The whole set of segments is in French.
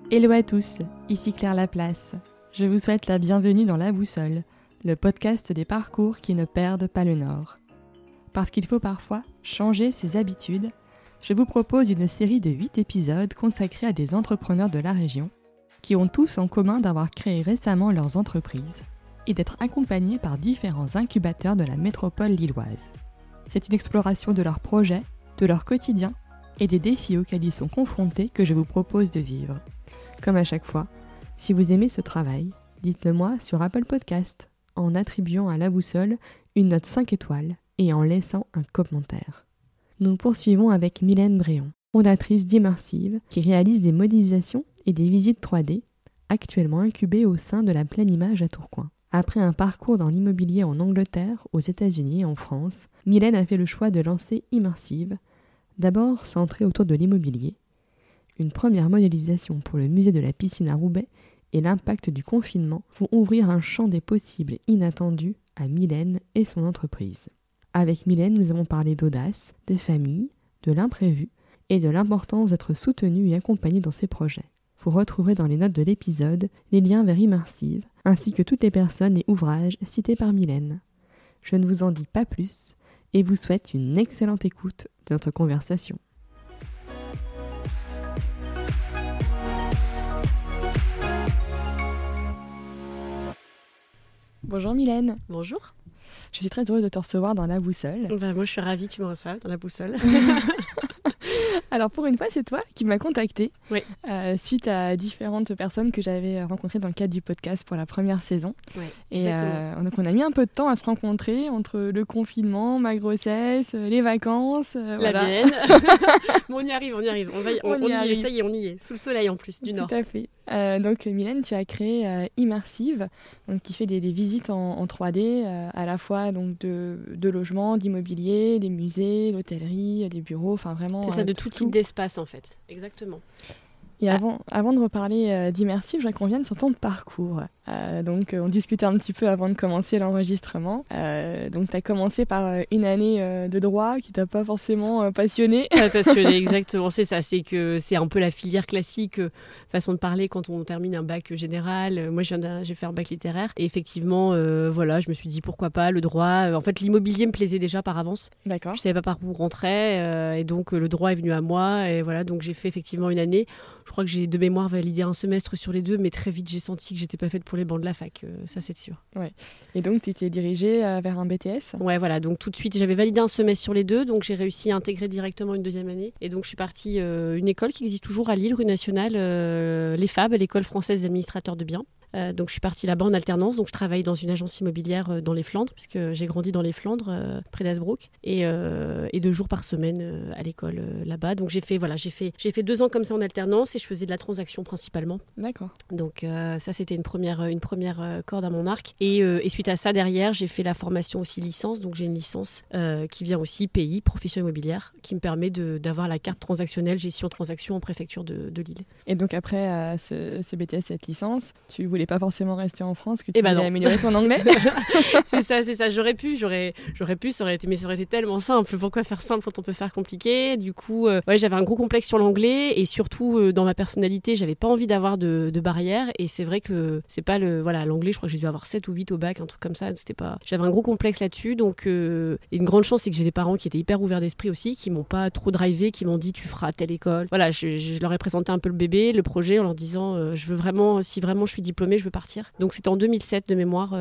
Hello à tous, ici Claire Laplace. Je vous souhaite la bienvenue dans La Boussole, le podcast des parcours qui ne perdent pas le nord. Parce qu'il faut parfois changer ses habitudes, je vous propose une série de 8 épisodes consacrés à des entrepreneurs de la région qui ont tous en commun d'avoir créé récemment leurs entreprises et d'être accompagnés par différents incubateurs de la métropole lilloise. C'est une exploration de leurs projets, de leur quotidien et des défis auxquels ils sont confrontés que je vous propose de vivre. Comme à chaque fois, si vous aimez ce travail, dites-le moi sur Apple Podcast en attribuant à La Boussole une note 5 étoiles et en laissant un commentaire. Nous poursuivons avec Mylène Bréon, fondatrice d'Immersive, qui réalise des modélisations et des visites 3D, actuellement incubées au sein de la Pleine Image à Tourcoing. Après un parcours dans l'immobilier en Angleterre, aux États-Unis et en France, Mylène a fait le choix de lancer Immersive, d'abord centrée autour de l'immobilier, une première modélisation pour le musée de la piscine à Roubaix et l'impact du confinement vont ouvrir un champ des possibles inattendus à Mylène et son entreprise. Avec Mylène, nous avons parlé d'audace, de famille, de l'imprévu et de l'importance d'être soutenu et accompagné dans ses projets. Vous retrouverez dans les notes de l'épisode les liens vers Immersive ainsi que toutes les personnes et ouvrages cités par Mylène. Je ne vous en dis pas plus et vous souhaite une excellente écoute de notre conversation. Bonjour Mylène. Bonjour. Je suis très heureuse de te recevoir dans La Boussole. Moi, je suis ravie que tu me reçoives dans La Boussole. Alors pour une fois, c'est toi qui m'as contactée Oui. Suite à différentes personnes que j'avais rencontrées dans le cadre du podcast pour la première saison. Oui, et donc on a mis un peu de temps à se rencontrer entre le confinement, ma grossesse, les vacances. La mienne. Mais on y arrive. On y arrive. Ça y est, on y est. Sous le soleil en plus, du Nord. Tout à fait. Donc Mylène, tu as créé Immersive, donc, qui fait des visites en 3D, à la fois donc, de logements, d'immobilier, des musées, l'hôtellerie, des bureaux, enfin vraiment... C'est ça, de tout type d'espace en fait, exactement. Et avant de reparler d'Immersive, je voudrais qu'on vienne sur ton parcours. Donc on discutait un petit peu avant de commencer l'enregistrement. Donc tu as commencé par une année de droit qui t'a pas forcément passionné. Passionné, exactement. C'est ça, c'est que c'est un peu la filière classique, façon de parler quand on termine un bac général. Moi j'ai fait un bac littéraire et effectivement, voilà, je me suis dit pourquoi pas le droit. En fait, l'immobilier me plaisait déjà par avance. D'accord. Je savais pas par où rentrer et donc le droit est venu à moi et voilà, donc j'ai fait effectivement une année. Je crois que j'ai de mémoire validé un semestre sur les deux, mais très vite j'ai senti que j'étais pas faite pour les bancs de la fac, ça c'est sûr. Ouais. Et donc tu t'es dirigée vers un BTS ? Ouais, voilà, donc tout de suite j'avais validé un semestre sur les deux, donc j'ai réussi à intégrer directement une deuxième année. Et donc je suis partie une école qui existe toujours à Lille, rue Nationale, l'EFAB, l'École française d'administrateurs de biens. Donc je suis partie là-bas en alternance, donc je travaille dans une agence immobilière dans les Flandres, puisque j'ai grandi dans les Flandres, près d'Asbrook, et 2 jours par semaine à l'école là-bas. Donc j'ai fait 2 ans comme ça en alternance et je faisais de la transaction principalement. D'accord. Donc ça c'était une première corde à mon arc. Et suite à ça derrière j'ai fait la formation aussi licence, donc j'ai une licence qui vient aussi PI, profession immobilière, qui me permet d'avoir la carte transactionnelle gestion transaction en préfecture de Lille. Et donc après ce BTS, cette licence, tu voulais pas forcément rester en France, que tu voulais améliorer ton anglais. C'est ça. J'aurais pu, ça aurait été tellement simple. Pourquoi faire simple quand on peut faire compliqué ? Du coup, j'avais un gros complexe sur l'anglais et surtout dans ma personnalité, j'avais pas envie d'avoir de barrière. Et c'est vrai que c'est pas l'anglais, je crois que j'ai dû avoir 7 ou 8 au bac, un truc comme ça. J'avais un gros complexe là-dessus. Donc, une grande chance, c'est que j'ai des parents qui étaient hyper ouverts d'esprit aussi, qui m'ont pas trop drivé, qui m'ont dit tu feras telle école. Voilà, je leur ai présenté un peu le bébé, le projet en leur disant je veux vraiment, si vraiment je suis diplômée, je veux partir. Donc c'était en 2007 de mémoire.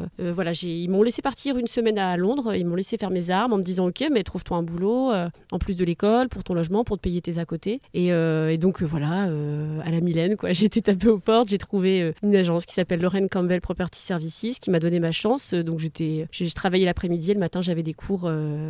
Ils m'ont laissé partir une semaine à Londres. Ils m'ont laissé faire mes armes en me disant ok, mais trouve-toi un boulot en plus de l'école pour ton logement, pour te payer tes à côté. Et donc à la Mylène quoi. J'ai été tapée aux portes. J'ai trouvé une agence qui s'appelle Lauren Campbell Property Services qui m'a donné ma chance. Donc j'ai travaillé l'après-midi et le matin j'avais des cours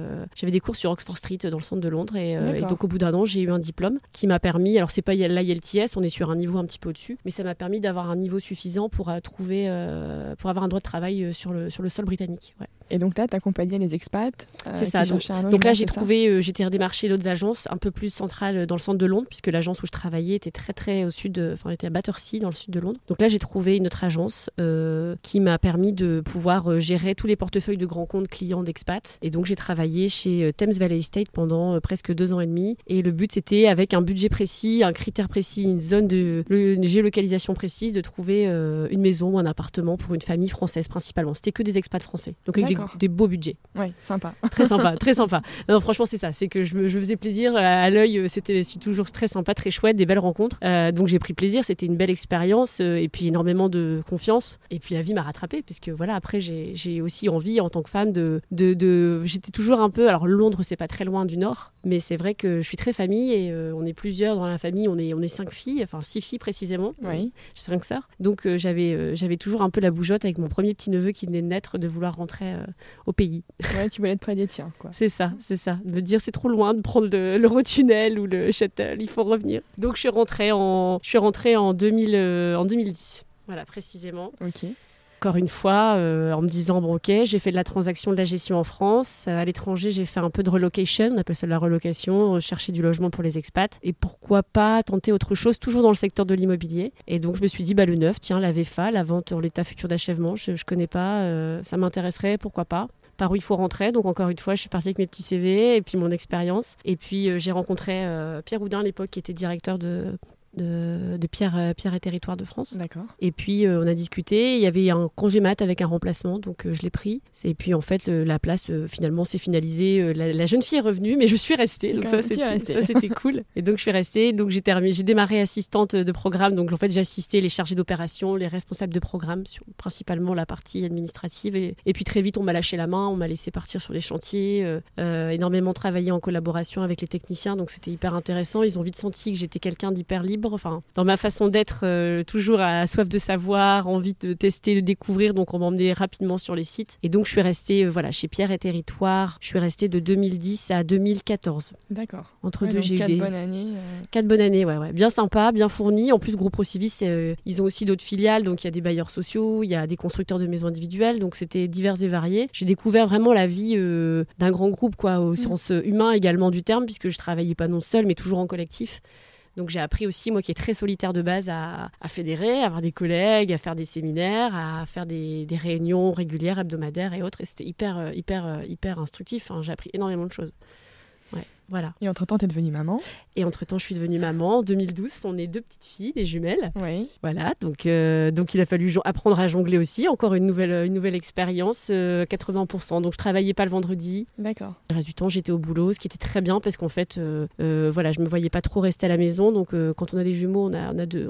sur Oxford Street dans le centre de Londres et donc au bout d'un an j'ai eu un diplôme qui m'a permis. Alors c'est pas l'IELTS, on est sur un niveau un petit peu au-dessus, mais ça m'a permis d'avoir un niveau suffisant pour avoir un droit de travail sur le sol britannique. Ouais. Et donc là, tu accompagnais les expats C'est ça. qui cherchaient un logement, Donc là, j'ai été redémarcher d'autres agences un peu plus centrales dans le centre de Londres, puisque l'agence où je travaillais était très très au sud, était à Battersea, dans le sud de Londres. Donc là, j'ai trouvé une autre agence qui m'a permis de pouvoir gérer tous les portefeuilles de grands comptes clients d'expats. Et donc j'ai travaillé chez Thames Valley Estate pendant presque 2 ans et demi. Et le but, c'était avec un budget précis, un critère précis, une zone une géolocalisation précise, de trouver une maison ou un appartement pour une famille française principalement. C'était que des expats français, donc avec des beaux budgets. Ouais, sympa. Très sympa, très sympa. Non, franchement, c'est ça. C'est que je faisais plaisir à l'œil. C'était toujours très sympa, très chouette, des belles rencontres. Donc j'ai pris plaisir. C'était une belle expérience et puis énormément de confiance. Et puis la vie m'a rattrapée, puisque voilà, après j'ai aussi envie en tant que femme j'étais toujours un peu. Alors Londres, c'est pas très loin du Nord, mais c'est vrai que je suis très famille et on est plusieurs dans la famille. On est 5 filles, enfin 6 filles précisément. Oui. J'ai 5 sœurs. Donc j'avais toujours un peu la bougeotte avec mon premier petit neveu qui venait de naître de vouloir rentrer au pays. Ouais, tu voulais être près des tiens, quoi. C'est ça. De me dire c'est trop loin de prendre l'Eurotunnel ou le shuttle, il faut revenir. Donc je suis rentrée en 2010. Voilà, précisément. Ok. Encore une fois, en me disant, bon ok, j'ai fait de la transaction de la gestion en France. À l'étranger, j'ai fait un peu de relocation, on appelle ça de la relocation, chercher du logement pour les expats. Et pourquoi pas tenter autre chose, toujours dans le secteur de l'immobilier. Et donc je me suis dit, le neuf, tiens, la VFA, la vente en l'état futur d'achèvement, je connais pas, ça m'intéresserait, pourquoi pas. Par où il faut rentrer. Donc encore une fois, je suis partie avec mes petits CV et puis mon expérience. Et puis j'ai rencontré Pierre Houdin à l'époque, qui était directeur de Pierre et Territoire de France. D'accord. Et puis on a discuté, il y avait un congé mat avec un remplacement, donc je l'ai pris. Et puis en fait la place finalement s'est finalisée, la jeune fille est revenue, mais je suis restée, donc ça c'était cool. Et donc je suis restée, donc j'ai démarré assistante de programme, donc en fait j'assistais les chargés d'opération, les responsables de programme, sur principalement la partie administrative, et puis très vite on m'a lâché la main, on m'a laissé partir sur les chantiers, énormément travaillé en collaboration avec les techniciens, donc c'était hyper intéressant. Ils ont vite senti que j'étais quelqu'un d'hyper libre, enfin, dans ma façon d'être, toujours à soif de savoir, envie de tester, de découvrir, donc on m'emmenait rapidement sur les sites. Et donc je suis restée chez Pierre et Territoire, je suis restée de 2010 à 2014. D'accord. Entre deux, j'ai eu 4 bonnes années. 4 bonnes années, ouais. Bien sympa, bien fourni. En plus, Groupe Procivis, ils ont aussi d'autres filiales, donc il y a des bailleurs sociaux, il y a des constructeurs de maisons individuelles, donc c'était divers et varié. J'ai découvert vraiment la vie d'un grand groupe, quoi, au sens humain également du terme, puisque je travaillais pas non seule, mais toujours en collectif. Donc j'ai appris aussi, moi qui est très solitaire de base, à fédérer, à avoir des collègues, à faire des séminaires, à faire des réunions régulières, hebdomadaires et autres. Et c'était hyper instructif. J'ai appris énormément de choses. Ouais, voilà. Et entre-temps, tu es devenue maman. Et entre-temps, je suis devenue maman. En 2012, on est 2 petites filles, des jumelles. Oui. Voilà, donc il a fallu apprendre à jongler aussi. Encore une nouvelle expérience, 80%. Donc je travaillais pas le vendredi. D'accord. Le reste du temps, j'étais au boulot, ce qui était très bien parce qu'en fait, je me voyais pas trop rester à la maison. Donc quand on a des jumeaux, on a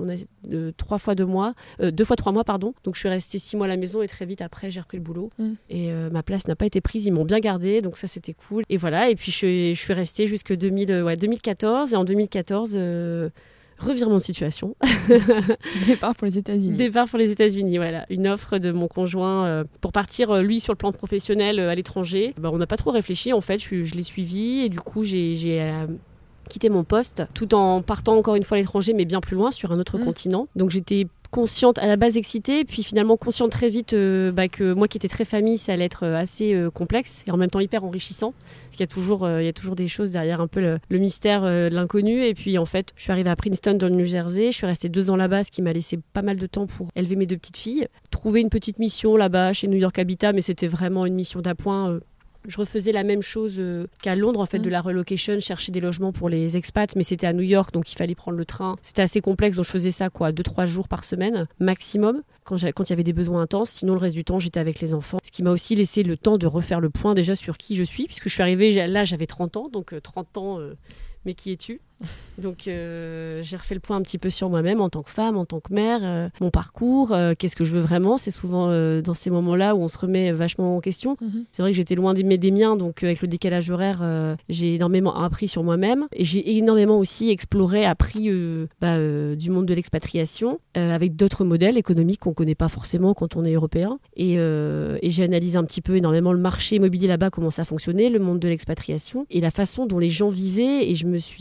3 fois 2 mois, 2 fois 3 mois, pardon. Donc je suis restée 6 mois à la maison et très vite après, j'ai repris le boulot. Et ma place n'a pas été prise. Ils m'ont bien gardée, donc ça c'était cool. Et voilà. Et puis je suis restée jusque 2014. Et en 2014, revirement de situation. Départ pour les États-Unis. Départ pour les États-Unis, voilà. Une offre de mon conjoint pour partir, lui, sur le plan professionnel à l'étranger. On n'a pas trop réfléchi, en fait. Je l'ai suivi et du coup, j'ai quitté mon poste tout en partant encore une fois à l'étranger, mais bien plus loin, sur un autre continent. Donc j'étais consciente, à la base excitée, puis finalement consciente très vite que moi qui étais très famille, ça allait être assez complexe et en même temps hyper enrichissant. Parce qu'il y a toujours des choses derrière un peu le mystère de l'inconnu. Et puis en fait, je suis arrivée à Princeton dans le New Jersey. Je suis restée 2 ans là-bas, ce qui m'a laissé pas mal de temps pour élever mes 2 petites filles. Trouver une petite mission là-bas chez New York Habitat, mais c'était vraiment une mission d'appoint. Je refaisais la même chose qu'à Londres, en fait, de la relocation, chercher des logements pour les expats, mais c'était à New York, donc il fallait prendre le train. C'était assez complexe, donc je faisais ça 2-3 jours par semaine, maximum, quand il y avait des besoins intenses. Sinon, le reste du temps, j'étais avec les enfants. Ce qui m'a aussi laissé le temps de refaire le point déjà sur qui je suis, puisque je suis arrivée, là, j'avais 30 ans, donc 30 ans, mais qui es-tu ? Donc j'ai refait le point un petit peu sur moi-même en tant que femme, en tant que mère, mon parcours, qu'est-ce que je veux vraiment. C'est souvent dans ces moments-là où on se remet vachement en question. C'est vrai que j'étais loin des miens, donc avec le décalage horaire, j'ai énormément appris sur moi-même et j'ai énormément aussi exploré, appris du monde de l'expatriation avec d'autres modèles économiques qu'on connaît pas forcément quand on est européen. Et j'ai analysé un petit peu énormément le marché immobilier là-bas, comment ça fonctionnait, le monde de l'expatriation et la façon dont les gens vivaient. Et je me suis rendu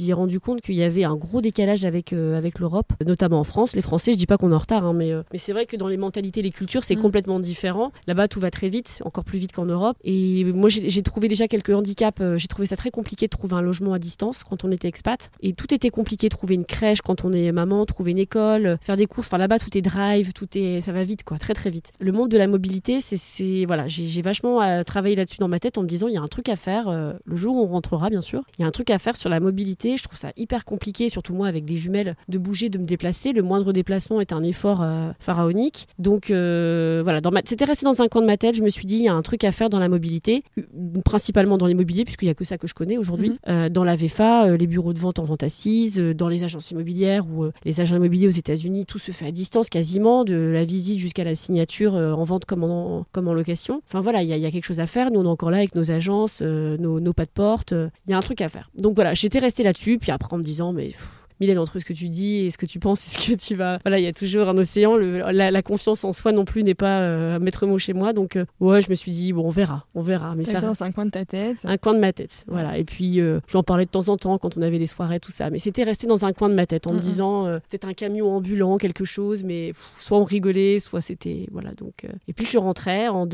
compte qu'il y avait un gros décalage avec l'Europe, notamment en France. Les Français, je dis pas qu'on est en retard, hein, mais c'est vrai que dans les mentalités, les cultures, c'est complètement différent. Là-bas, tout va très vite, encore plus vite qu'en Europe. Et moi, j'ai trouvé déjà quelques handicaps. J'ai trouvé ça très compliqué de trouver un logement à distance quand on était expat. Et tout était compliqué, trouver une crèche quand on est maman, trouver une école, faire des courses. Enfin, là-bas, tout est drive, ça va vite, quoi, très très vite. Le monde de la mobilité, voilà, j'ai vachement travaillé là-dessus dans ma tête en me disant, il y a un truc à faire. Le jour où on rentrera, bien sûr, il y a un truc à faire sur la mobilité. Je trouve ça hyper compliqué, surtout moi avec des jumelles, de bouger, de me déplacer. Le moindre déplacement est un effort pharaonique. Donc voilà, c'était resté dans un coin de ma tête. Je me suis dit, il y a un truc à faire dans la mobilité, principalement dans l'immobilier, puisqu'il n'y a que ça que je connais aujourd'hui. Dans la VFA, les bureaux de vente en vente assise, dans les agences immobilières ou les agents immobiliers aux États-Unis, tout se fait à distance quasiment, de la visite jusqu'à la signature en vente comme en location. Enfin voilà, il y a quelque chose à faire. Nous, on est encore là avec nos agences, nos pas de porte. Il y a un truc à faire. Donc voilà, j'étais restée là-dessus. Puis après, en me disant, mais Mylène, entre ce que tu dis et ce que tu penses et ce que tu vas... Voilà, il y a toujours un océan. La confiance en soi non plus n'est pas maître mot chez moi. Donc, ouais, je me suis dit, bon, on verra. Mais ça, c'est un coin de ta tête. Un coin de ma tête, voilà. Et puis, j'en parlais de temps en temps quand on avait des soirées, tout ça. Mais c'était resté dans un coin de ma tête en me disant, peut-être un camion ambulant, quelque chose. Mais soit on rigolait, soit c'était... Voilà, donc... Et puis, je rentrais en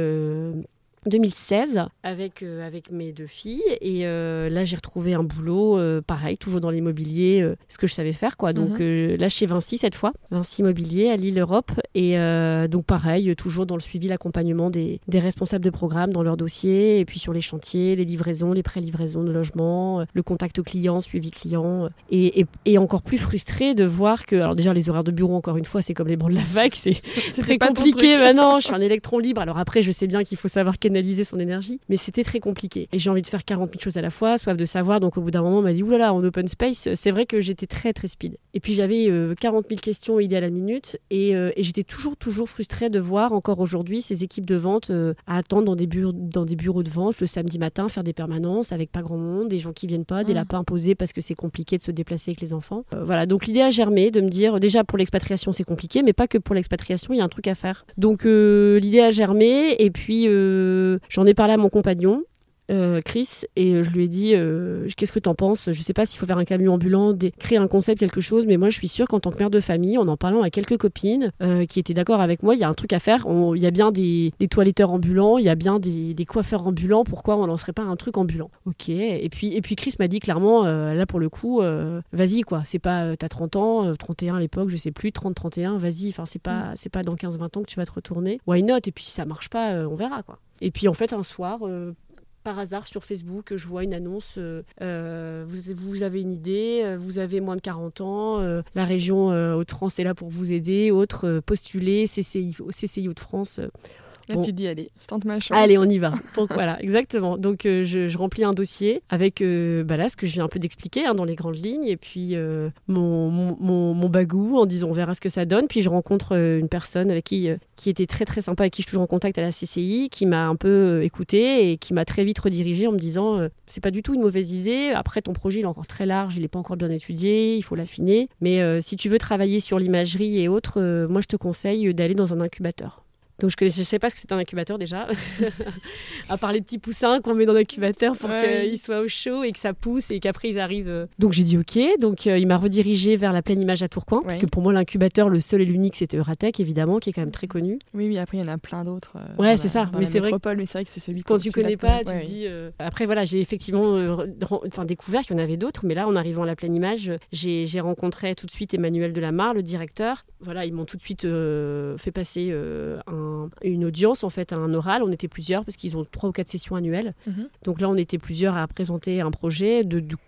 2016 avec mes 2 filles et là j'ai retrouvé un boulot pareil, toujours dans l'immobilier, ce que je savais faire quoi. Donc là chez Vinci cette fois, Vinci Immobilier à Lille Europe et donc pareil, toujours dans le suivi, l'accompagnement des responsables de programme dans leurs dossiers et puis sur les chantiers, les livraisons, les pré-livraisons de logements, le contact au client, suivi client et encore plus frustrée de voir que, alors déjà les horaires de bureau encore une fois c'est comme les bancs de la fac, c'est très compliqué maintenant, je suis un électron libre, alors après je sais bien qu'il faut savoir canaliser son énergie, mais c'était très compliqué. Et j'ai envie de faire 40 000 choses à la fois, soif de savoir, donc au bout d'un moment, on m'a dit, oulala, en open space, c'est vrai que j'étais très, très speed. Et puis j'avais 40 000 questions idées à la minute, et j'étais toujours frustrée de voir, encore aujourd'hui, ces équipes de vente à attendre dans des bureaux de vente le samedi matin, faire des permanences avec pas grand monde, des gens qui viennent pas, des lapins posés parce que c'est compliqué de se déplacer avec les enfants. Voilà, donc l'idée a germé de me dire, déjà pour l'expatriation, c'est compliqué, mais pas que pour l'expatriation, il y a un truc à faire. Donc l'idée a germé, et puis j'en ai parlé à mon compagnon, Chris, et je lui ai dit qu'est-ce que t'en penses, je sais pas s'il faut faire un camion ambulant, créer un concept, quelque chose, mais moi je suis sûre qu'en tant que mère de famille, en parlant à quelques copines qui étaient d'accord avec moi, il y a un truc à faire. Il y a bien des toiletteurs ambulants, il y a bien des coiffeurs ambulants, pourquoi on lancerait pas un truc ambulant? Ok, et puis Chris m'a dit clairement, là pour le coup, vas-y quoi, c'est pas, t'as 30 ans, 31 à l'époque, je sais plus, 30-31, vas-y, enfin c'est pas dans 15-20 ans que tu vas te retourner, why not? Et puis si ça marche pas, on verra quoi. Et puis en fait un soir, par hasard sur Facebook, je vois une annonce, vous avez une idée, vous avez moins de 40 ans, la région Hauts-de-France est là pour vous aider, postulez, CCI Hauts-de-France. Là, tu te dis, allez, je tente ma chance. Allez, on y va. Donc, voilà, exactement. Donc, je remplis un dossier avec là, ce que je viens un peu d'expliquer dans les grandes lignes. Et puis, mon bagou en disant, on verra ce que ça donne. Puis, je rencontre une personne avec qui était très, très sympa, avec qui je suis toujours en contact à la CCI, qui m'a un peu écoutée et qui m'a très vite redirigée en me disant, c'est pas du tout une mauvaise idée. Après, ton projet, il est encore très large, il n'est pas encore bien étudié, il faut l'affiner. Mais si tu veux travailler sur l'imagerie et autres, moi, je te conseille d'aller dans un incubateur. Donc je ne sais pas ce que c'est un incubateur déjà, à part les petits poussins qu'on met dans l'incubateur pour qu'ils soient au chaud et que ça pousse et qu'après ils arrivent. Donc j'ai dit ok, donc il m'a redirigée vers la Pleine Image à Tourcoing, parce que pour moi l'incubateur, le seul et l'unique, c'était Euratech évidemment, qui est quand même très connu. Oui, après il y en a plein d'autres. C'est ça, mais c'est vrai. Mais c'est vrai que c'est celui quand tu ne connais pas, tu te dis. Après voilà, j'ai effectivement découvert qu'il y en avait d'autres, mais là en arrivant à la Pleine Image, j'ai rencontré tout de suite Emmanuel Delamarre, le directeur. Voilà, ils m'ont tout de suite fait passer une audience, en fait, un oral. On était plusieurs parce qu'ils ont 3 ou 4 sessions annuelles. Donc là, on était plusieurs à présenter un projet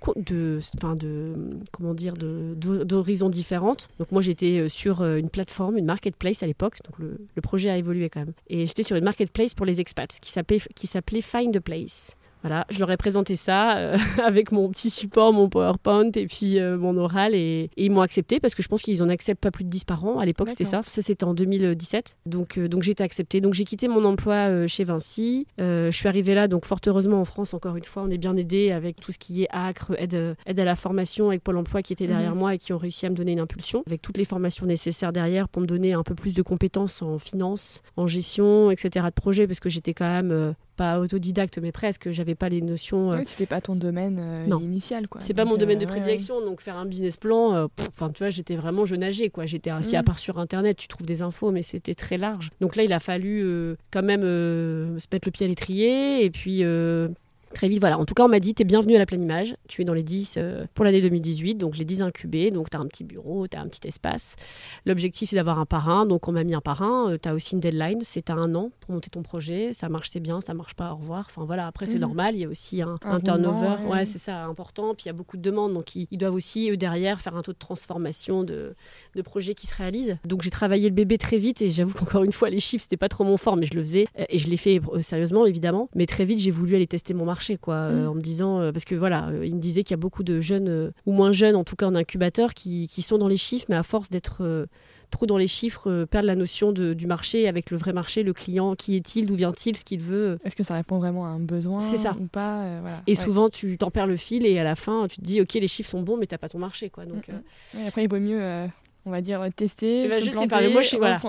d'horizons différentes. Donc moi, j'étais sur une plateforme, une marketplace à l'époque. Donc le projet a évolué quand même. Et j'étais sur une marketplace pour les expats qui s'appelait Find a Place. Voilà, je leur ai présenté ça avec mon petit support, mon PowerPoint et puis mon oral et ils m'ont accepté parce que je pense qu'ils en acceptent pas plus de 10 par an. À l'époque, c'était ça. Ça, c'était en 2017. Donc j'ai été acceptée. Donc j'ai quitté mon emploi chez Vinci. Je suis arrivée là, donc fort heureusement en France, encore une fois, on est bien aidé avec tout ce qui est ACRE, aide à la formation avec Pôle emploi qui était derrière moi et qui ont réussi à me donner une impulsion avec toutes les formations nécessaires derrière pour me donner un peu plus de compétences en finance, en gestion, etc. de projet parce que j'étais quand même pas autodidacte, mais presque. J'avais pas les notions. Oui, c'était pas ton domaine initial, quoi. C'est pas mon domaine de prédilection, donc faire un business plan, tu vois, je nageais, quoi. J'étais assis à part sur Internet, tu trouves des infos, mais c'était très large. Donc là, il a fallu quand même se mettre le pied à l'étrier, et puis très vite, voilà. En tout cas, on m'a dit, t'es bienvenue à la Pleine Image. Tu es dans les 10 pour l'année 2018, donc les 10 incubés. Donc, t'as un petit bureau, t'as un petit espace. L'objectif, c'est d'avoir un parrain. Donc, on m'a mis un parrain. T'as aussi une deadline. C'est à 1 an pour monter ton projet. Ça marche, c'est bien. Ça marche pas, au revoir. Enfin, voilà. Après, c'est normal. Il y a aussi un turnover. Ouais, c'est ça, important. Puis, il y a beaucoup de demandes. Donc, ils doivent aussi, eux, derrière, faire un taux de transformation de projets qui se réalisent. Donc, j'ai travaillé le bébé très vite. Et j'avoue qu'encore une fois, les chiffres, c'était pas trop mon fort, mais je le faisais. Et je l'ai fait sérieusement, évidemment. Mais très vite, j'ai voulu aller tester mon marché, quoi, en me disant, parce que voilà, il me disait qu'il y a beaucoup de jeunes, ou moins jeunes en tout cas en incubateur, qui sont dans les chiffres, mais à force d'être trop dans les chiffres, perdent la notion du marché, avec le vrai marché, le client, qui est-il, d'où vient-il, ce qu'il veut. Est-ce que ça répond vraiment à un besoin, c'est ça, ou pas, voilà. Et souvent, tu t'en perds le fil, et à la fin, tu te dis, ok, les chiffres sont bons, mais t'as pas ton marché, quoi. Donc, Et après, il vaut mieux... on va dire tester, je se sais planter, pas, mais moi,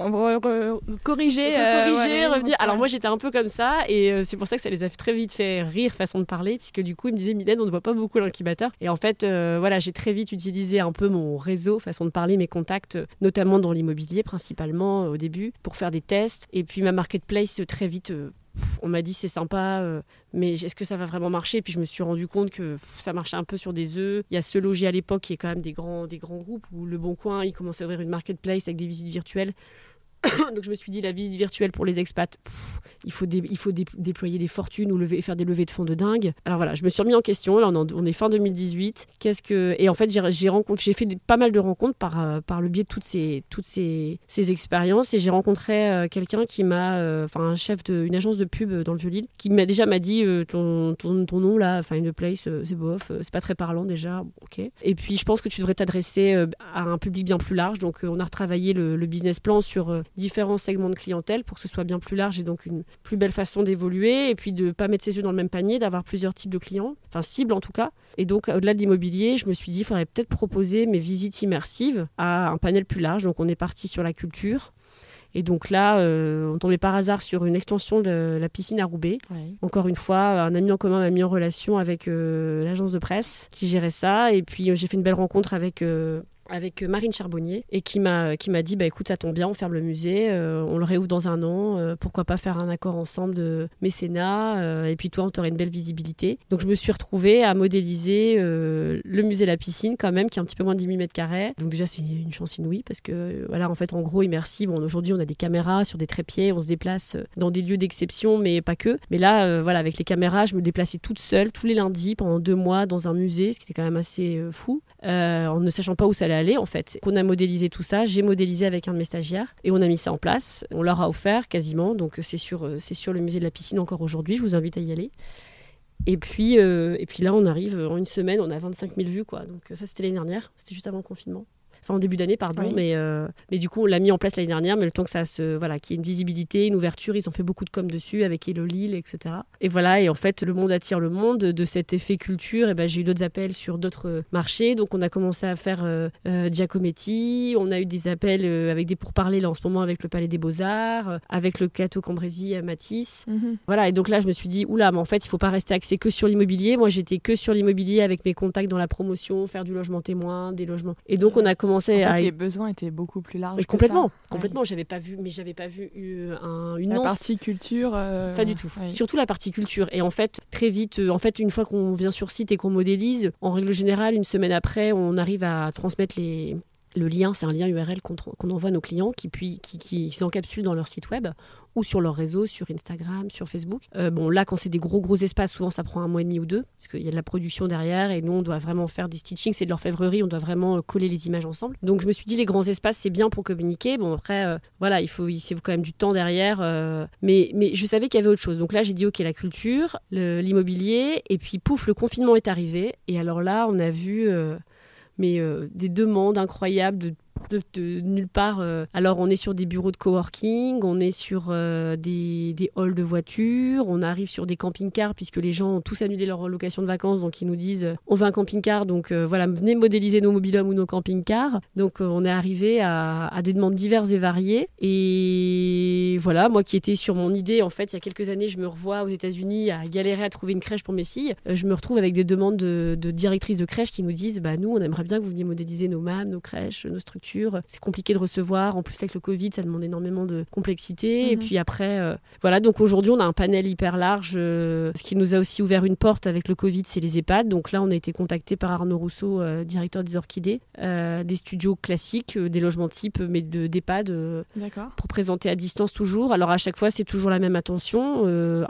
corriger, revenir. Alors moi, j'étais un peu comme ça, et c'est pour ça que ça les a très vite fait rire, façon de parler, puisque du coup, ils me disaient, Mylène, on ne voit pas beaucoup l'incubateur. Et en fait, voilà, j'ai très vite utilisé un peu mon réseau, façon de parler, mes contacts, notamment dans l'immobilier, principalement au début, pour faire des tests. Et puis ma marketplace, très vite... on m'a dit c'est sympa, mais est-ce que ça va vraiment marcher? Et puis je me suis rendu compte que ça marchait un peu sur des œufs. Il y a Ce Logis à l'époque qui est quand même des grands groupes, où Le Bon Coin, il commençait à ouvrir une marketplace avec des visites virtuelles. Donc je me suis dit, la visite virtuelle pour les expats, il faut déployer des fortunes ou faire des levées de fonds de dingue. Alors voilà, je me suis remis en question. Là, on est fin 2018. Et en fait, j'ai fait pas mal de rencontres par le biais de toutes ces expériences. Et j'ai rencontré quelqu'un qui un chef d'une agence de pub dans le Vieux-Lille, qui m'a dit ton nom là, Find a Place, c'est bof, c'est pas très parlant déjà. Ok. Et puis je pense que tu devrais t'adresser à un public bien plus large. Donc on a retravaillé le business plan sur différents segments de clientèle pour que ce soit bien plus large et donc une plus belle façon d'évoluer, et puis de ne pas mettre ses œufs dans le même panier, d'avoir plusieurs types de clients, enfin cibles en tout cas. Et donc au-delà de l'immobilier, je me suis dit il faudrait peut-être proposer mes visites immersives à un panel plus large. Donc on est parti sur la culture. Et donc là, on tombait par hasard sur une extension de la piscine à Roubaix. Ouais. Encore une fois, un ami en commun m'a mis en relation avec l'agence de presse qui gérait ça. Et puis j'ai fait une belle rencontre avec Marine Charbonnier, et qui m'a dit écoute, ça tombe bien, on ferme le musée, on le réouvre dans 1 an, pourquoi pas faire un accord ensemble de mécénat, et puis toi on t'aurait une belle visibilité. Donc je me suis retrouvée à modéliser le musée La Piscine quand même, qui est un petit peu moins de 10 000 m². Donc déjà c'est une chance inouïe, parce que voilà, en fait en gros immersive, aujourd'hui on a des caméras sur des trépieds, on se déplace dans des lieux d'exception, mais pas que. Mais là voilà, avec les caméras, je me déplaçais toute seule tous les lundis pendant 2 mois dans un musée, ce qui était quand même assez fou, en ne sachant pas où ça allait aller en fait. On a modélisé tout ça, j'ai modélisé avec un de mes stagiaires, et on a mis ça en place. On leur a offert quasiment, donc c'est sur le musée de la Piscine encore aujourd'hui, je vous invite à y aller. Et puis là on arrive, en 1 semaine on a 25 000 vues, quoi. Donc ça c'était l'année dernière, c'était juste avant le confinement. Enfin en début d'année, pardon, oui. Mais du coup on l'a mis en place l'année dernière, mais le temps que ça qu'il y ait une visibilité, une ouverture, ils ont fait beaucoup de com dessus avec Hello Lille, etc. Et voilà, et en fait le monde attire le monde. De cet effet culture, et j'ai eu d'autres appels sur d'autres marchés, donc on a commencé à faire Giacometti, on a eu des appels avec des pourparlers là en ce moment avec le Palais des Beaux-Arts, avec le Cateau Cambrésis à Matisse. Voilà, et donc là je me suis dit oula, mais en fait il faut pas rester axé que sur l'immobilier. Moi j'étais que sur l'immobilier avec mes contacts dans la promotion, faire du logement témoin, des logements. Et donc on a commencé les besoins étaient beaucoup plus larges. Complètement. Ouais. J'avais pas vu une la partie culture. Pas du tout. Ouais. Surtout la partie culture. Et en fait, très vite, une fois qu'on vient sur site et qu'on modélise, en règle générale, 1 semaine après, on arrive à transmettre le lien. C'est un lien URL qu'on envoie à nos clients qui s'encapsule dans leur site web ou sur leur réseau, sur Instagram, sur Facebook. Là, quand c'est des gros espaces, souvent ça prend 1 mois et demi ou 2, parce qu'il y a de la production derrière, et nous, on doit vraiment faire des stitchings, c'est de l'orfèvrerie, on doit vraiment coller les images ensemble. Donc, je me suis dit, les grands espaces, c'est bien pour communiquer. Bon, après, il faut quand même du temps derrière. Mais je savais qu'il y avait autre chose. Donc là, j'ai dit, OK, la culture, l'immobilier, et puis pouf, le confinement est arrivé. Et alors là, on a vu... des demandes incroyables de nulle part. Alors on est sur des bureaux de coworking, on est sur des halls de voitures, on arrive sur des camping-cars puisque les gens ont tous annulé leur location de vacances, donc ils nous disent on veut un camping-car, donc voilà, venez modéliser nos mobil-homes ou nos camping-cars. Donc on est arrivé à des demandes diverses et variées. Et voilà, moi qui étais sur mon idée, en fait, il y a quelques années, je me revois aux États-Unis à galérer à trouver une crèche pour mes filles. Je me retrouve avec des demandes de directrices de crèche qui nous disent nous, on aimerait bien que vous veniez modéliser nos MAM, nos crèches, nos structures. C'est compliqué de recevoir. En plus, avec le Covid, ça demande énormément de complexité. Et puis après, voilà, donc aujourd'hui, on a un panel hyper large. Ce qui nous a aussi ouvert une porte avec le Covid, c'est les EHPAD. Donc là, on a été contacté par Arnaud Rousseau, directeur des Orchidées, des studios classiques, des logements type, mais d'EHPAD, pour présenter à distance toujours. Alors à chaque fois, c'est toujours la même intention,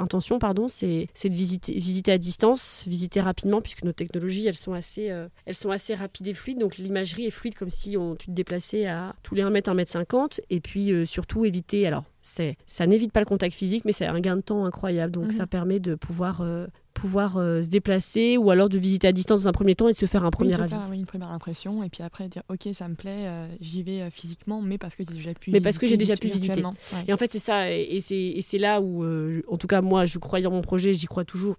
c'est de visiter à distance, visiter rapidement, puisque nos technologies, elles sont assez rapides et fluides. Donc l'imagerie est fluide comme si tu te déplaçais à tous les 1 mètre, 1,50 m. Et puis surtout éviter, alors ça n'évite pas le contact physique, mais c'est un gain de temps incroyable. Donc ça permet de pouvoir se déplacer ou alors de visiter à distance dans un premier temps et de se faire un premier avis. Faire une première impression et puis après dire ok, ça me plaît, j'y vais physiquement, mais parce que j'ai déjà pu visiter. Ouais. Et en fait c'est ça, et c'est là où en tout cas moi je croyais en mon projet, j'y crois toujours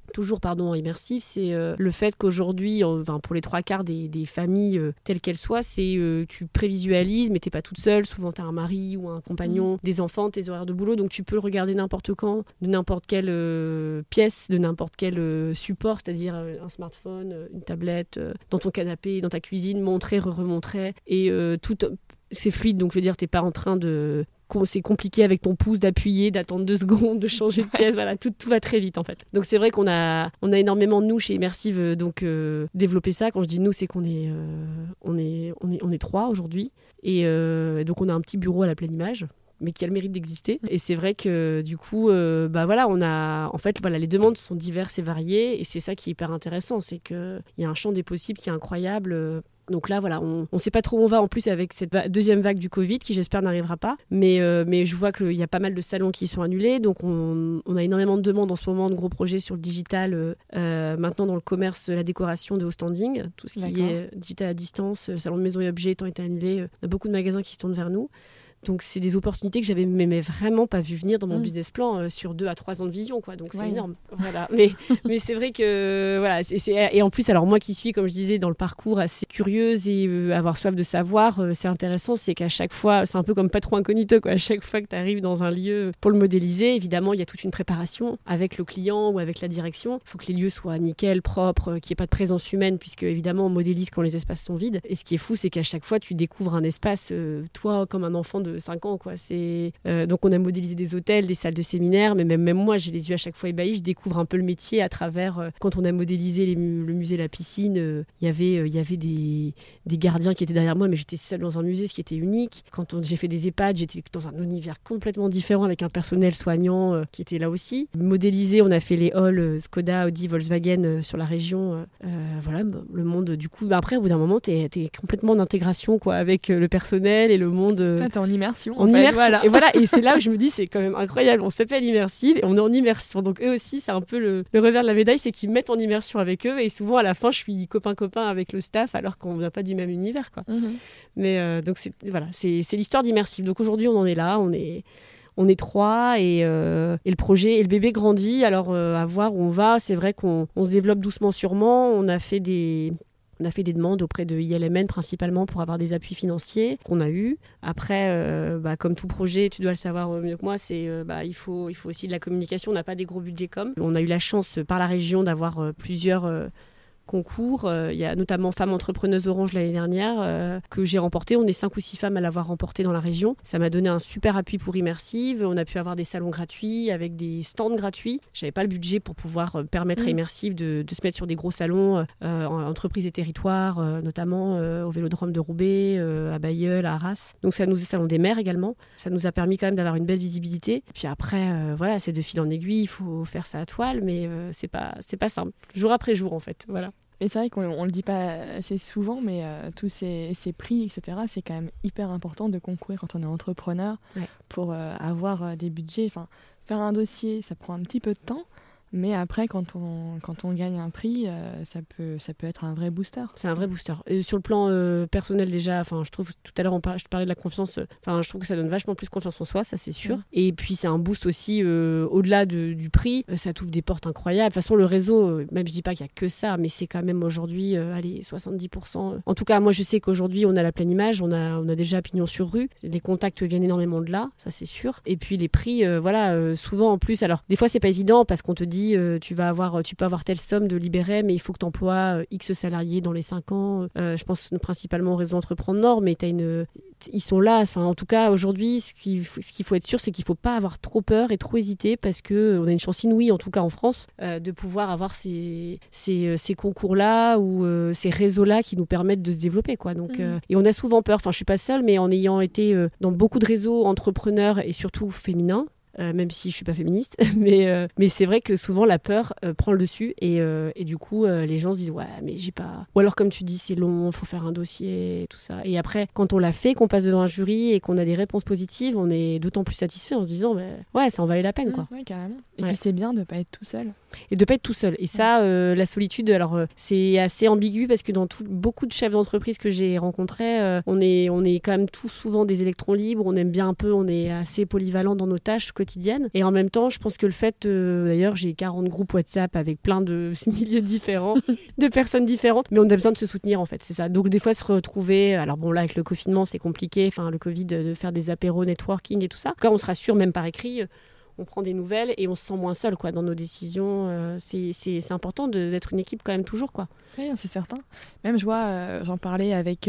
en immersif, c'est le fait qu'aujourd'hui, pour les 3/4 des familles telles qu'elles soient, c'est tu prévisualises, mais t'es pas toute seule, souvent t'as un mari ou un compagnon, des enfants, tes horaires de boulot, donc tu peux le regarder n'importe quand, de n'importe quelle pièce, de n'importe quel support, c'est-à-dire un smartphone, une tablette, dans ton canapé, dans ta cuisine, montrer, remontrer, et tout c'est fluide, donc je veux dire, t'es pas en train de... C'est compliqué avec ton pouce d'appuyer, d'attendre 2 secondes, de changer de pièce, voilà, tout va très vite en fait. Donc c'est vrai qu'on a énormément de nous chez Immersive développé ça. Quand je dis nous, c'est qu'on est, on est 3 aujourd'hui, et donc on a un petit bureau à la Pleine Image, mais qui a le mérite d'exister. Et c'est vrai que du coup, on a, en fait, voilà, les demandes sont diverses et variées, et c'est ça qui est hyper intéressant, c'est qu'il y a un champ des possibles qui est incroyable. Donc là, voilà, on ne sait pas trop où on va en plus avec cette deuxième vague du Covid qui, j'espère, n'arrivera pas. Mais je vois qu'il y a pas mal de salons qui sont annulés. Donc on a énormément de demandes en ce moment, de gros projets sur le digital. Maintenant, dans le commerce, la décoration de haut standing, tout ce qui est digital à distance, salon de maison et objets étant été annulé. Il y a beaucoup de magasins qui se tournent vers nous. Donc c'est des opportunités que j'avais vraiment pas vu venir dans mon business plan sur 2 à 3 ans de vision, quoi. Donc c'est énorme. Voilà. Mais c'est vrai que voilà, et en plus, alors moi qui suis, comme je disais, dans le parcours assez curieuse et avoir soif de savoir, c'est intéressant, c'est qu'à chaque fois, c'est un peu comme pas trop incognito, quoi. À chaque fois que tu arrives dans un lieu pour le modéliser, évidemment, il y a toute une préparation avec le client ou avec la direction. Il faut que les lieux soient nickel, propres, qu'il n'y ait pas de présence humaine, puisque évidemment on modélise quand les espaces sont vides. Et ce qui est fou, c'est qu'à chaque fois tu découvres un espace, toi comme un enfant de 5 ans, quoi. Donc on a modélisé des hôtels, des salles de séminaire, mais même moi j'ai les yeux à chaque fois ébahis. Je découvre un peu le métier à travers quand on a modélisé le musée, la piscine, il y avait des gardiens qui étaient derrière moi, mais j'étais seule dans un musée, ce qui était unique. Quand j'ai fait des EHPAD, j'étais dans un univers complètement différent avec un personnel soignant qui était là aussi. Modélisé, on a fait les halls Skoda, Audi, Volkswagen sur la région. Voilà, le monde, du coup, après au bout d'un moment t'es complètement en intégration, quoi, avec le personnel et le monde. Toi t'es en immersion. Voilà. Et c'est là où je me dis, c'est quand même incroyable. On s'appelle Immersive et on est en immersion. Donc eux aussi, c'est un peu le revers de la médaille, c'est qu'ils me mettent en immersion avec eux. Et souvent, à la fin, je suis copain-copain avec le staff, alors qu'on ne vient pas du même univers, quoi. Mais donc, c'est l'histoire d'Immersive. Donc aujourd'hui, on en est là. On est 3 et le projet et le bébé grandit. Alors, à voir où on va. C'est vrai qu'on se développe doucement, sûrement. On a fait des demandes auprès de ILMN principalement pour avoir des appuis financiers qu'on a eu. Après, comme tout projet, tu dois le savoir mieux que moi, il faut aussi de la communication. On n'a pas des gros budgets com. On a eu la chance par la région d'avoir plusieurs concours. Il y a notamment Femmes Entrepreneuses Orange l'année dernière que j'ai remporté. On est 5 ou 6 femmes à l'avoir remporté dans la région. Ça m'a donné un super appui pour Immersive. On a pu avoir des salons gratuits avec des stands gratuits. J'avais pas le budget pour pouvoir permettre à Immersive de se mettre sur des gros salons en entreprises et territoires, notamment au Vélodrome de Roubaix, à Bailleul, à Arras. Donc salon des maires également. Ça nous a permis quand même d'avoir une belle visibilité. Puis après, c'est de fil en aiguille. Il faut faire ça à toile, mais c'est pas simple. Jour après jour, en fait. Voilà. Et c'est vrai qu'on ne le dit pas assez souvent, mais tous ces prix, etc., c'est quand même hyper important de concourir quand on est entrepreneur pour avoir des budgets. Enfin, faire un dossier, ça prend un petit peu de temps, Mais après, quand on gagne un prix, ça peut être un vrai booster. C'est un vrai booster. Et sur le plan personnel déjà, je trouve, tout à l'heure je parlais de la confiance, je trouve que ça donne vachement plus confiance en soi, ça c'est sûr. Et puis c'est un boost aussi au-delà du prix, ça t'ouvre des portes incroyables. De toute façon, le réseau, même je dis pas qu'il y a que ça, mais c'est quand même aujourd'hui, 70%. En tout cas, moi je sais qu'aujourd'hui on a la pleine image, on a déjà pignon sur rue, les contacts viennent énormément de là, ça c'est sûr. Et puis les prix, souvent en plus, alors des fois c'est pas évident parce qu'on te dit tu peux avoir telle somme de libéré, mais il faut que tu emploies X salariés dans les 5 ans. Je pense principalement au réseau Entreprendre Nord, mais ils sont là. En tout cas, aujourd'hui, ce qu'il faut être sûr, c'est qu'il ne faut pas avoir trop peur et trop hésiter parce qu'on a une chance inouïe, en tout cas en France, de pouvoir avoir ces concours-là ou ces réseaux-là qui nous permettent de se développer, quoi. Donc, et on a souvent peur. Je ne suis pas seule, mais en ayant été dans beaucoup de réseaux entrepreneurs et surtout féminins, même si je suis pas féministe, mais c'est vrai que souvent la peur prend le dessus et du coup les gens se disent ouais mais j'ai pas, ou alors comme tu dis c'est long, faut faire un dossier, tout ça, et après quand on l'a fait, qu'on passe devant un jury et qu'on a des réponses positives, on est d'autant plus satisfait en se disant ouais ça en valait la peine quoi. Ouais, carrément. Et puis c'est bien de pas être tout seul. Et de pas être tout seul. Et ça, la solitude, alors c'est assez ambigu parce que dans beaucoup de chefs d'entreprise que j'ai rencontrés, on est quand même tous souvent des électrons libres, on aime bien un peu, on est assez polyvalent dans nos tâches quotidiennes. Et en même temps, je pense que le fait, d'ailleurs, j'ai 40 groupes WhatsApp avec plein de milieux différents, de personnes différentes, mais on a besoin de se soutenir en fait, c'est ça. Donc des fois se retrouver, alors bon là avec le confinement c'est compliqué, le Covid, de faire des apéros, networking et tout ça. Quand on se rassure même par écrit, on prend des nouvelles et on se sent moins seul quoi, dans nos décisions. C'est important d'être une équipe quand même toujours, quoi. Oui, c'est certain. Même je vois, j'en parlais avec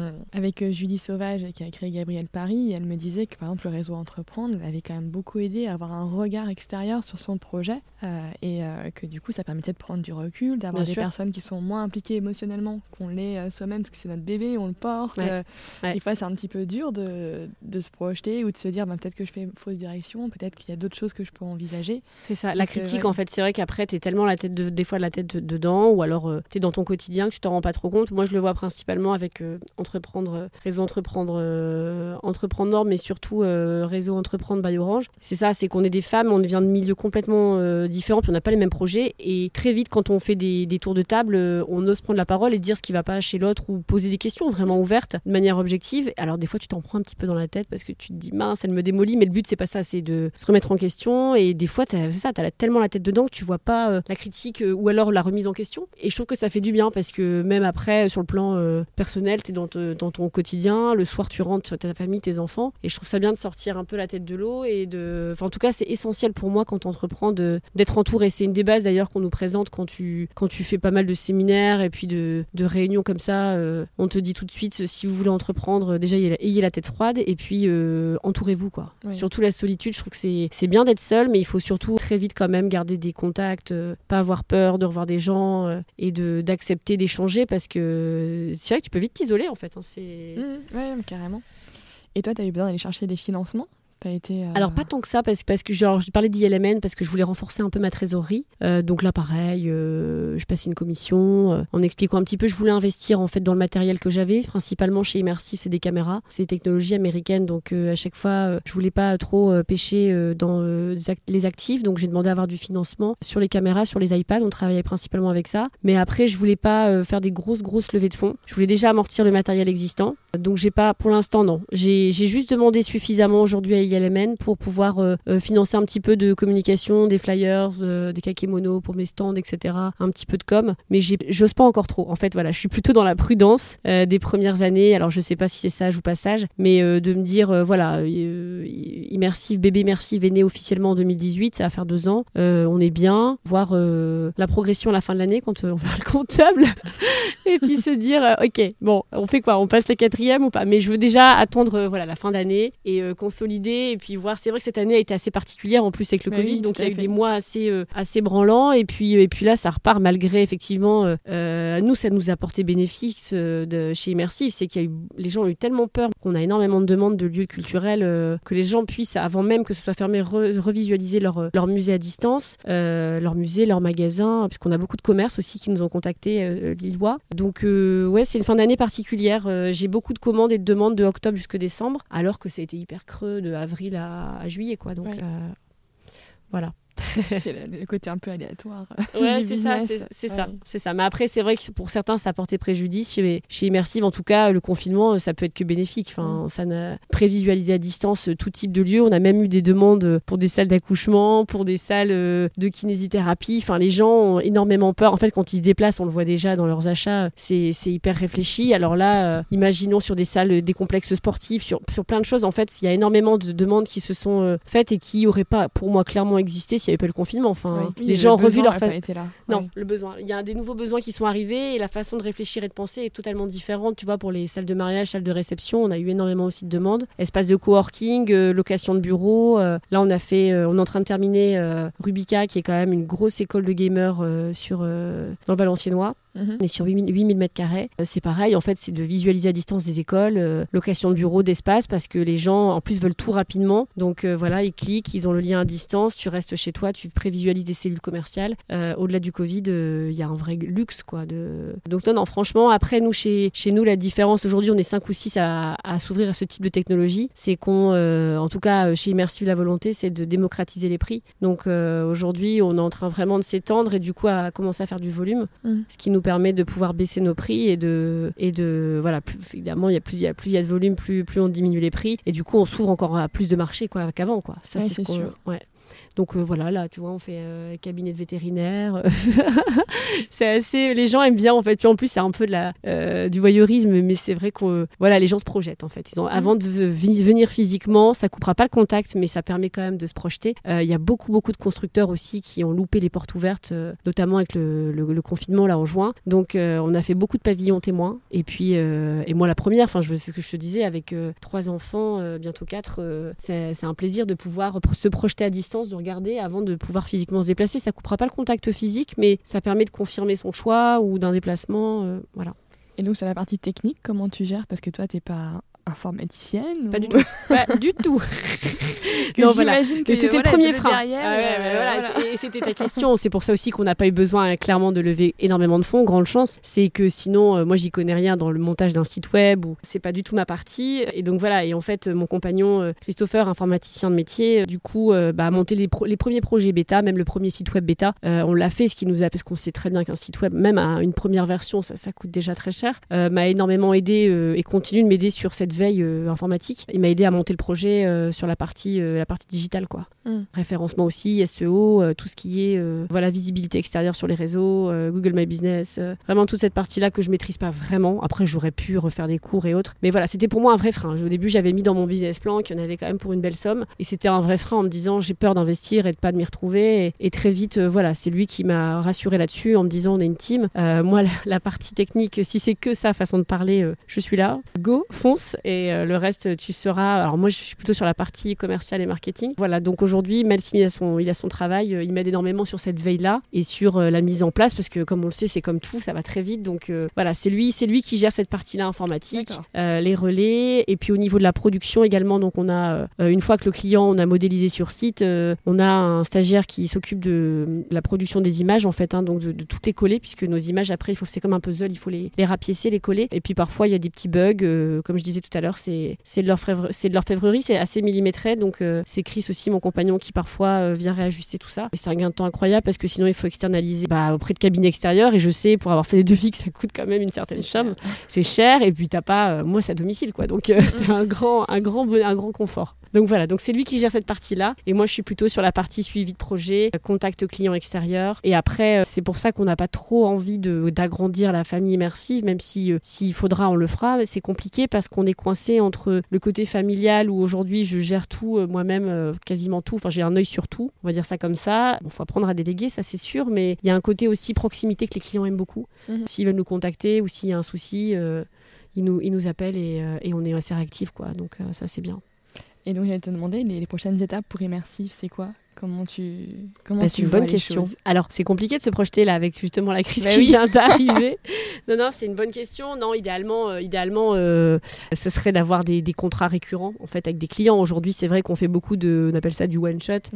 Julie Sauvage qui a créé Gabriel Paris. Elle me disait que par exemple le réseau Entreprendre avait quand même beaucoup aidé à avoir un regard extérieur sur son projet et que du coup ça permettait de prendre du recul, d'avoir des personnes qui sont moins impliquées émotionnellement qu'on l'est soi-même parce que c'est notre bébé, on le porte. Des fois c'est un petit peu dur de se projeter ou de se dire peut-être que je fais fausse direction, peut-être qu'il y a d'autres choses que je peux envisager. C'est ça, la critique en fait, c'est vrai qu'après t'es tellement des fois la tête dedans, ou alors t'es dans ton quotidien que tu t'en rends pas trop compte. Moi je le vois principalement avec réseau Entreprendre Nord, mais surtout réseau Entreprendre by Orange. C'est ça, c'est qu'on est des femmes, on vient de milieux complètement différents, puis on n'a pas les mêmes projets, et très vite quand on fait des tours de table, on ose prendre la parole et dire ce qui va pas chez l'autre ou poser des questions vraiment ouvertes de manière objective. Alors des fois tu t'en prends un petit peu dans la tête parce que tu te dis mince, elle me démolit, mais le but c'est pas ça, c'est de se remettre en question, et des fois t'as tellement la tête dedans que tu vois pas la critique ou alors la remise en question, et je trouve que ça fait du bien parce que même après sur le plan personnel t'es dans ton quotidien, le soir tu rentres sur ta famille, tes enfants, et je trouve ça bien de sortir un peu la tête de l'eau et en tout cas c'est essentiel pour moi quand t'entreprends d'être entouré. C'est une des bases d'ailleurs qu'on nous présente quand tu fais pas mal de séminaires et puis de réunions comme ça, on te dit tout de suite si vous voulez entreprendre, déjà ayez la tête froide et puis entourez-vous quoi. Oui. Surtout la solitude, je trouve que c'est bien d'être seul, mais il faut surtout très vite quand même garder des contacts, pas avoir peur de revoir des gens et d'accepter d'échanger, parce que c'est vrai que tu peux vite t'isoler en fait. Ouais, carrément. Et toi, tu as eu besoin d'aller chercher des financements ? Alors pas tant que ça parce que je parlais d'ILMN parce que je voulais renforcer un peu ma trésorerie, donc là pareil, je passais une commission en expliquant un petit peu, je voulais investir en fait dans le matériel que j'avais, principalement chez Immersive, c'est des caméras, c'est des technologies américaines, donc à chaque fois je voulais pas trop pêcher dans les actifs, donc j'ai demandé à avoir du financement sur les caméras, sur les iPads, on travaillait principalement avec ça, mais après je voulais pas faire des grosses levées de fonds, je voulais déjà amortir le matériel existant, donc j'ai pas, pour l'instant non, j'ai juste demandé suffisamment aujourd'hui à ILMN pour pouvoir financer un petit peu de communication, des flyers, des kakémonos pour mes stands, etc. Un petit peu de com, mais j'ose pas encore trop. En fait, voilà, je suis plutôt dans la prudence des premières années. Alors, je sais pas si c'est sage ou pas sage, mais de me dire, voilà, Immersive, bébé Immersive est né officiellement en 2018, ça va faire 2 ans. On est bien, voir la progression à la fin de l'année quand on verra le comptable, et puis se dire, ok, bon, on fait quoi ? On passe les 4e ou pas ? Mais je veux déjà attendre voilà, la fin d'année et consolider, et puis voir. C'est vrai que cette année a été assez particulière en plus avec le Covid, donc il y a eu des mois assez branlants, et puis là ça repart malgré effectivement nous ça nous a apporté bénéfice chez Immersive, c'est qu'il y a eu, les gens ont eu tellement peur qu'on a énormément de demandes de lieux culturels, que les gens puissent, avant même que ce soit fermé, revisualiser leur musée à distance, leur musée, leur magasin, parce qu'on a beaucoup de commerces aussi qui nous ont contactés, lillois. Donc ouais, c'est une fin d'année particulière. J'ai beaucoup de commandes et de demandes de octobre jusque décembre, alors que ça a été hyper creux de avril à juillet, quoi. Donc voilà. C'est le côté un peu aléatoire. Ouais, du c'est ça, business. c'est ça. Mais après, c'est vrai que pour certains, ça a porté préjudice. Chez Immersive, en tout cas, le confinement, ça peut être que bénéfique. Enfin, ça n'a prévisualisé à distance tout type de lieux. On a même eu des demandes pour des salles d'accouchement, pour des salles de kinésithérapie. Enfin, les gens ont énormément peur. En fait, quand ils se déplacent, on le voit déjà dans leurs achats, c'est hyper réfléchi. Alors là, imaginons sur des salles, des complexes sportifs, sur plein de choses. En fait, il y a énormément de demandes qui se sont faites et qui n'auraient pas, pour moi, clairement existé s'il n'y avait pas le confinement. Enfin, les gens ont revu leur Non, le besoin. Il y a des nouveaux besoins qui sont arrivés et la façon de réfléchir et de penser est totalement différente. Tu vois, pour les salles de mariage, salles de réception, on a eu énormément aussi de demandes. Espace de coworking, location de bureaux. Là, on est en train de terminer Rubica, qui est quand même une grosse école de gamers dans le Valenciennois. On est sur 8000 m². C'est pareil, en fait, c'est de visualiser à distance des écoles, location de bureaux, d'espace, parce que les gens, en plus, veulent tout rapidement. Donc voilà, ils cliquent, ils ont le lien à distance, tu restes chez toi, tu prévisualises des cellules commerciales. Au-delà du Covid, il y a un vrai luxe, quoi. Donc non, franchement, après, nous, chez nous, la différence, aujourd'hui, on est 5 ou 6 à s'ouvrir à ce type de technologie. C'est qu'on, en tout cas, chez Immersive, la volonté, c'est de démocratiser les prix. Donc aujourd'hui, on est en train vraiment de s'étendre et du coup, à commencer à faire du volume, ce qui nous permet de pouvoir baisser nos prix et de voilà, évidemment, plus il y a de volume, plus on diminue les prix et du coup on s'ouvre encore à plus de marché qu'avant, quoi. Ça, c'est sûr. Ouais. Donc voilà, là, tu vois, on fait cabinet de vétérinaire. C'est assez... Les gens aiment bien, en fait. Puis en plus, c'est un peu du voyeurisme, mais c'est vrai que voilà, les gens se projettent, en fait. Avant de venir physiquement, ça coupera pas le contact, mais ça permet quand même de se projeter. Il y a beaucoup de constructeurs aussi qui ont loupé les portes ouvertes, notamment avec le confinement, là, en juin. Donc, on a fait beaucoup de pavillons témoins. Et puis, et moi, la première, c'est ce que je te disais, avec 3 enfants, bientôt 4, c'est un plaisir de pouvoir se projeter à distance, de regarder avant de pouvoir physiquement se déplacer. Ça coupera pas le contact physique, mais ça permet de confirmer son choix ou d'un déplacement. Voilà. Et donc sur la partie technique, comment tu gères? Parce que toi, t'es pas informaticienne Pas du tout. Pas du tout. Non, j'imagine que c'était le premier frein. Voilà. Et c'était ta question. C'est pour ça aussi qu'on n'a pas eu besoin clairement de lever énormément de fonds. Grande chance. C'est que sinon, moi, j'y connais rien dans le montage d'un site web ou c'est pas du tout ma partie. Et donc voilà. Et en fait, mon compagnon Christopher, informaticien de métier, du coup, a monté les premiers projets bêta, même le premier site web bêta. On l'a fait, parce qu'on sait très bien qu'un site web, même à une première version, ça coûte déjà très cher. M'a énormément aidé et continue de m'aider sur cette veille informatique. Il m'a aidé à monter le projet sur la partie digitale, quoi. Référencement aussi, SEO, tout ce qui est visibilité extérieure sur les réseaux, Google My Business, vraiment toute cette partie-là que je maîtrise pas vraiment. Après, j'aurais pu refaire des cours et autres. Mais voilà, c'était pour moi un vrai frein. Au début, j'avais mis dans mon business plan qu'il y en avait quand même pour une belle somme. Et c'était un vrai frein en me disant j'ai peur d'investir et de pas de m'y retrouver. Et très vite, c'est lui qui m'a rassuré là-dessus en me disant on est une team. Moi, la partie technique, si c'est que ça, façon de parler, je suis là. Go, fonce. Et le reste, tu seras... Alors moi, je suis plutôt sur la partie commerciale et marketing. Voilà, donc aujourd'hui, Melsim, il a son travail. Il m'aide énormément sur cette veille-là et sur la mise en place parce que, comme on le sait, c'est comme tout, ça va très vite. Donc voilà, c'est lui qui gère cette partie-là informatique, les relais. Et puis au niveau de la production également, donc on a, une fois que le client, on a modélisé sur site, on a un stagiaire qui s'occupe de la production des images, en fait, donc de tout les coller, puisque nos images, après, c'est comme un puzzle, il faut les rapiécer, les coller. Et puis parfois, il y a des petits bugs, comme je disais tout à l'heure, c'est de l'orfèvrerie, c'est assez millimétré, donc c'est Chris aussi, mon compagnon, qui parfois vient réajuster tout ça. Et c'est un gain de temps incroyable parce que sinon il faut externaliser auprès de cabinets extérieurs, et je sais, pour avoir fait des devis, que ça coûte quand même une certaine somme. C'est cher, et puis t'as pas, moi c'est à domicile, quoi, donc c'est un grand confort. Donc voilà, donc c'est lui qui gère cette partie-là, et moi je suis plutôt sur la partie suivi de projet, contact client extérieur, et après c'est pour ça qu'on n'a pas trop envie d'agrandir la famille immersive, même si s'il faudra on le fera, mais c'est compliqué parce qu'on est coincé entre le côté familial où aujourd'hui je gère tout moi-même, quasiment tout, enfin j'ai un œil sur tout, on va dire ça comme ça. Bon, faut apprendre à déléguer, ça c'est sûr, mais il y a un côté aussi proximité que les clients aiment beaucoup. S'ils veulent nous contacter ou s'il y a un souci, ils nous appellent et on est assez réactifs, quoi, donc ça c'est bien. Et donc, j'allais te demander, les prochaines étapes pour Immersive, c'est quoi? Comment tu c'est une bonne question. Alors, c'est compliqué de se projeter là avec justement la crise qui oui. vient d'arriver. Non, c'est une bonne question. Non, idéalement, ce serait d'avoir des contrats récurrents en fait avec des clients. Aujourd'hui, c'est vrai qu'on fait beaucoup on appelle ça du one shot. Oui.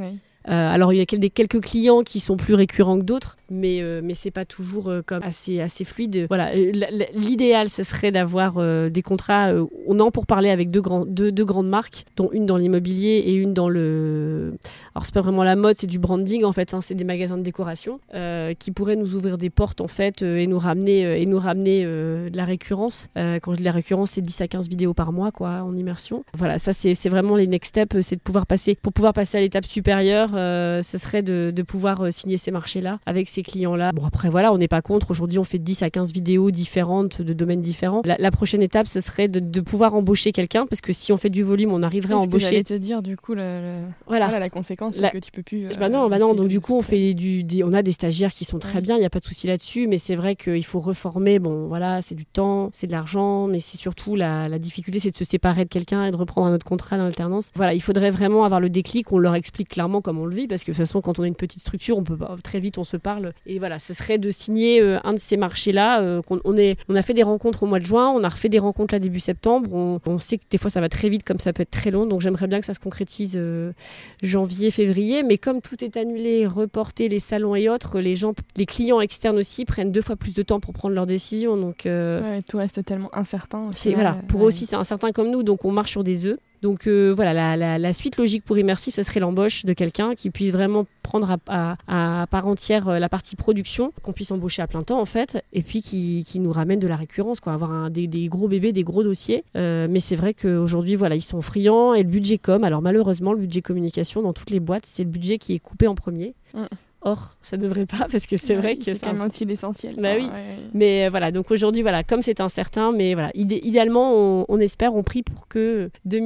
Alors il y a quelques clients qui sont plus récurrents que d'autres, mais c'est pas toujours comme assez fluide. Voilà, l'idéal ce serait d'avoir des contrats. On a pour parler avec deux grandes marques, dont une dans l'immobilier et une dans le. Alors c'est pas vraiment la mode, c'est du branding en fait. C'est des magasins de décoration qui pourraient nous ouvrir des portes en fait et nous ramener de la récurrence. Quand je dis la récurrence, c'est 10 à 15 vidéos par mois quoi en immersion. Voilà, ça c'est vraiment les next steps, c'est de pouvoir passer à l'étape supérieure. Ce serait de pouvoir signer ces marchés-là avec ces clients-là. Bon après voilà, on n'est pas contre. Aujourd'hui on fait 10 à 15 vidéos différentes de domaines différents. La prochaine étape ce serait de pouvoir embaucher quelqu'un, parce que si on fait du volume on arriverait à embaucher. J'allais te dire du coup voilà, la conséquence c'est que tu peux plus. Non, donc du coup on a des stagiaires qui sont très bien, il n'y a pas de souci là-dessus, mais c'est vrai qu'il faut reformer. Bon voilà, c'est du temps, c'est de l'argent, mais c'est surtout la difficulté, c'est de se séparer de quelqu'un et de reprendre un autre contrat dans l'alternance. Voilà, il faudrait vraiment avoir le déclic, on leur explique clairement comment on le vit, parce que de toute façon quand on a une petite structure on peut pas, très vite on se parle, et voilà, ce serait de signer un de ces marchés-là. On a fait des rencontres au mois de juin, on a refait des rencontres là début septembre, on sait que des fois ça va très vite comme ça peut être très long, donc j'aimerais bien que ça se concrétise janvier, février, mais comme tout est annulé, reporté, les salons et autres, les clients externes aussi prennent 2 fois plus de temps pour prendre leurs décisions, donc tout reste tellement incertain. Pour eux aussi c'est incertain comme nous, donc on marche sur des œufs. Donc voilà, la suite logique pour Immersif, ce serait l'embauche de quelqu'un qui puisse vraiment prendre à part entière la partie production, qu'on puisse embaucher à plein temps en fait, et puis qui nous ramène de la récurrence, quoi, avoir des gros bébés, des gros dossiers. Mais c'est vrai qu'aujourd'hui, voilà, ils sont friands, et le budget com, alors malheureusement, le budget communication dans toutes les boîtes, c'est le budget qui est coupé en premier. Or, ça devrait pas, parce que c'est vrai que c'est quand même aussi l'essentiel. Bah oui. Mais voilà, donc aujourd'hui, voilà, comme c'est incertain, mais voilà, idéalement, on espère, on prie pour que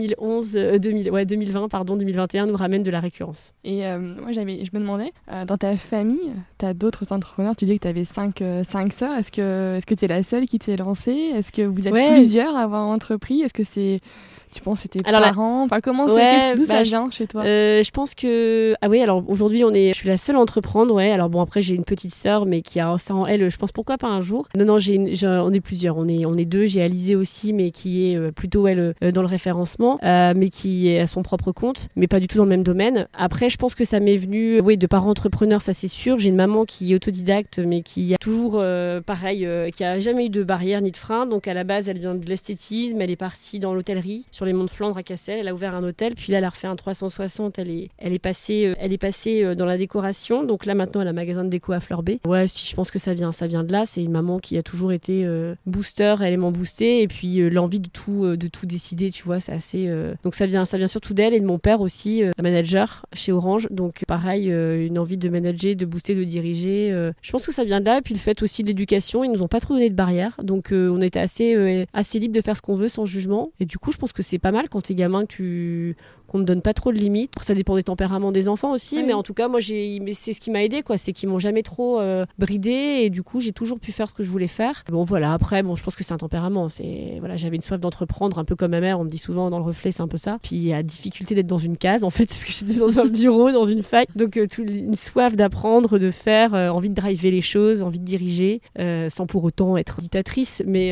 2021 nous ramène de la récurrence. Et moi, je me demandais, dans ta famille, tu as d'autres entrepreneurs, tu dis que tu avais 5 sœurs. Est-ce que tu es la seule qui t'est lancée? Est-ce que vous êtes plusieurs à avoir entrepris? Est-ce que c'est... Tu penses que c'était parents? Enfin, comment d'où ça vient chez toi? Je pense que... Ah oui, alors aujourd'hui, je suis la seule à entreprendre, ouais. Alors bon, après, j'ai une petite sœur, mais qui a ça en elle, je pense pourquoi pas un jour. Non, on est plusieurs. On est 2. J'ai Alizée aussi, mais qui est plutôt, elle, dans le référencement, mais qui est à son propre compte, mais pas du tout dans le même domaine. Après, je pense que ça m'est venu, de parents entrepreneurs, ça c'est sûr. J'ai une maman qui est autodidacte, mais qui a toujours, qui a jamais eu de barrière ni de frein. Donc à la base, elle vient de l'esthétisme, elle est partie dans l'hôtellerie, sur les monts de Flandre à Cassel, elle a ouvert un hôtel, puis là elle a refait un 360, elle est passée dans la décoration, donc là maintenant elle a un magasin de déco à Fleurbet. Ouais, si je pense que ça vient de là, c'est une maman qui a toujours été booster, élément boosté, et puis l'envie de tout décider, tu vois, c'est assez... Donc ça vient surtout d'elle et de mon père aussi, manager chez Orange, donc pareil, une envie de manager, de booster, de diriger, je pense que ça vient de là, et puis le fait aussi de l'éducation, ils nous ont pas trop donné de barrières, donc on était assez libre de faire ce qu'on veut sans jugement, et du coup je pense que c'est pas mal quand t'es gamin qu'on ne donne pas trop de limites. Ça dépend des tempéraments des enfants aussi, mais en tout cas moi c'est ce qui m'a aidé, quoi, c'est qu'ils m'ont jamais trop bridé, et du coup j'ai toujours pu faire ce que je voulais faire. Bon voilà, après je pense que c'est un tempérament, j'avais une soif d'entreprendre, un peu comme ma mère, on me dit souvent dans le reflet, c'est un peu ça. Puis il y a difficulté d'être dans une case, en fait, c'est ce que je dis, dans un bureau, dans une fac, donc une soif d'apprendre, de faire, envie de driver les choses, envie de diriger, sans pour autant être dictatrice, mais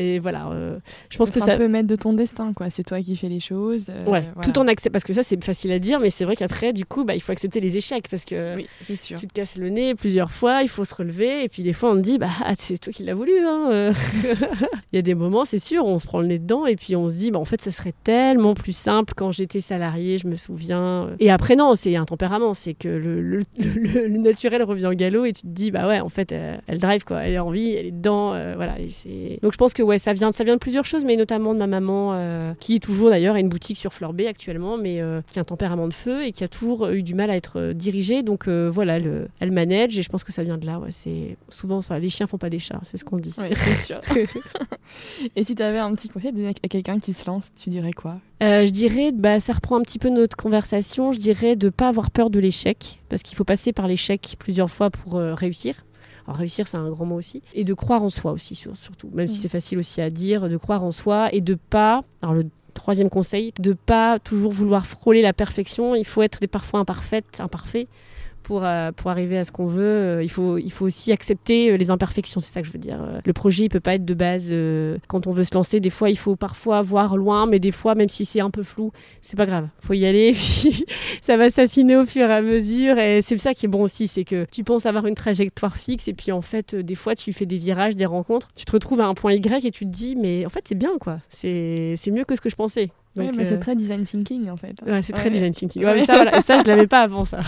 je pense que ça peut mettre de ton destin, quoi. C'est toi qui fais les choses. Tout en acceptant, parce que ça c'est facile à dire, mais c'est vrai qu'après du coup il faut accepter les échecs, parce que c'est sûr. Tu te casses le nez plusieurs fois, il faut se relever, et puis des fois on te dit c'est toi qui l'as voulu, hein. Il y a des moments, c'est sûr, on se prend le nez dedans, et puis on se dit en fait ce serait tellement plus simple quand j'étais salarié, je me souviens. Et après non, c'est un tempérament, c'est que le naturel revient au galop, et tu te dis en fait elle drive, quoi, elle a envie, elle est dedans, voilà. Et donc je pense que ça vient de plusieurs choses, mais notamment de ma maman, qui est toujours d'ailleurs a une boutique sur Fleurbet actuellement, mais qui a un tempérament de feu et qui a toujours eu du mal à être dirigée, donc elle manage, et je pense que ça vient de là. C'est souvent les chiens font pas des chats, c'est ce qu'on dit. Oui, c'est sûr. Et si tu avais un petit conseil à donner à quelqu'un qui se lance, tu dirais quoi? Je dirais, ça reprend un petit peu notre conversation, je dirais de pas avoir peur de l'échec, parce qu'il faut passer par l'échec plusieurs fois pour réussir. Alors réussir, c'est un grand mot aussi. Et de croire en soi aussi, surtout. Même si c'est facile aussi à dire, de croire en soi, et de pas... Alors le troisième conseil, de pas toujours vouloir frôler la perfection. Il faut être parfois imparfait pour arriver à ce qu'on veut. Il faut aussi accepter les imperfections, c'est ça que je veux dire. Le projet, il peut pas être de base. Quand on veut se lancer, des fois, il faut parfois voir loin, mais des fois, même si c'est un peu flou, c'est pas grave. Faut y aller, puis ça va s'affiner au fur et à mesure. Et c'est ça qui est bon aussi, c'est que tu penses avoir une trajectoire fixe, et puis en fait, des fois, tu fais des virages, des rencontres, tu te retrouves à un point Y et tu te dis, mais en fait, c'est bien, quoi. C'est mieux que ce que je pensais. Donc, mais c'est très design thinking en fait. Ouais, c'est très design thinking. Ouais, mais ça, voilà. Et ça, je l'avais pas avant, ça.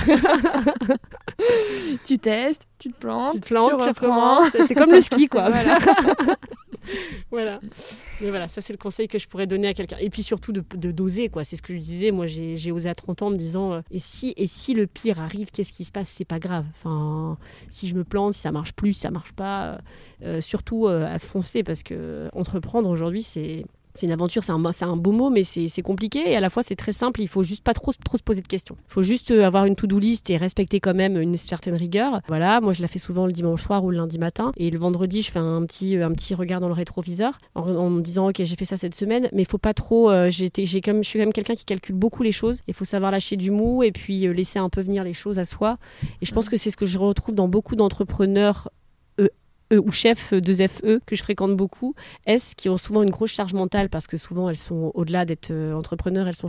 Tu testes, tu te plantes, tu reprends. C'est comme le ski, quoi. Voilà. Voilà. Mais voilà, ça c'est le conseil que je pourrais donner à quelqu'un. Et puis surtout d'oser, quoi. C'est ce que je disais. Moi, j'ai osé à 30 ans en me disant et si le pire arrive, qu'est-ce qui se passe ? C'est pas grave. Enfin, si je me plante, si ça marche plus, si ça marche pas, surtout à foncer, parce que entreprendre aujourd'hui, c'est une aventure, c'est un beau mot, mais c'est compliqué et à la fois c'est très simple. Il faut juste pas trop se poser de questions. Il faut juste avoir une to-do list et respecter quand même une certaine rigueur. Voilà, moi je la fais souvent le dimanche soir ou le lundi matin, et le vendredi je fais un petit regard dans le rétroviseur en me disant ok, j'ai fait ça cette semaine, mais il faut pas trop. Je suis quand même quelqu'un qui calcule beaucoup les choses. Il faut savoir lâcher du mou et puis laisser un peu venir les choses à soi. Et je pense que c'est ce que je retrouve dans beaucoup d'entrepreneurs ou chefs 2FE que je fréquente beaucoup, qui ont souvent une grosse charge mentale, parce que souvent elles sont, au-delà d'être entrepreneurs, elles sont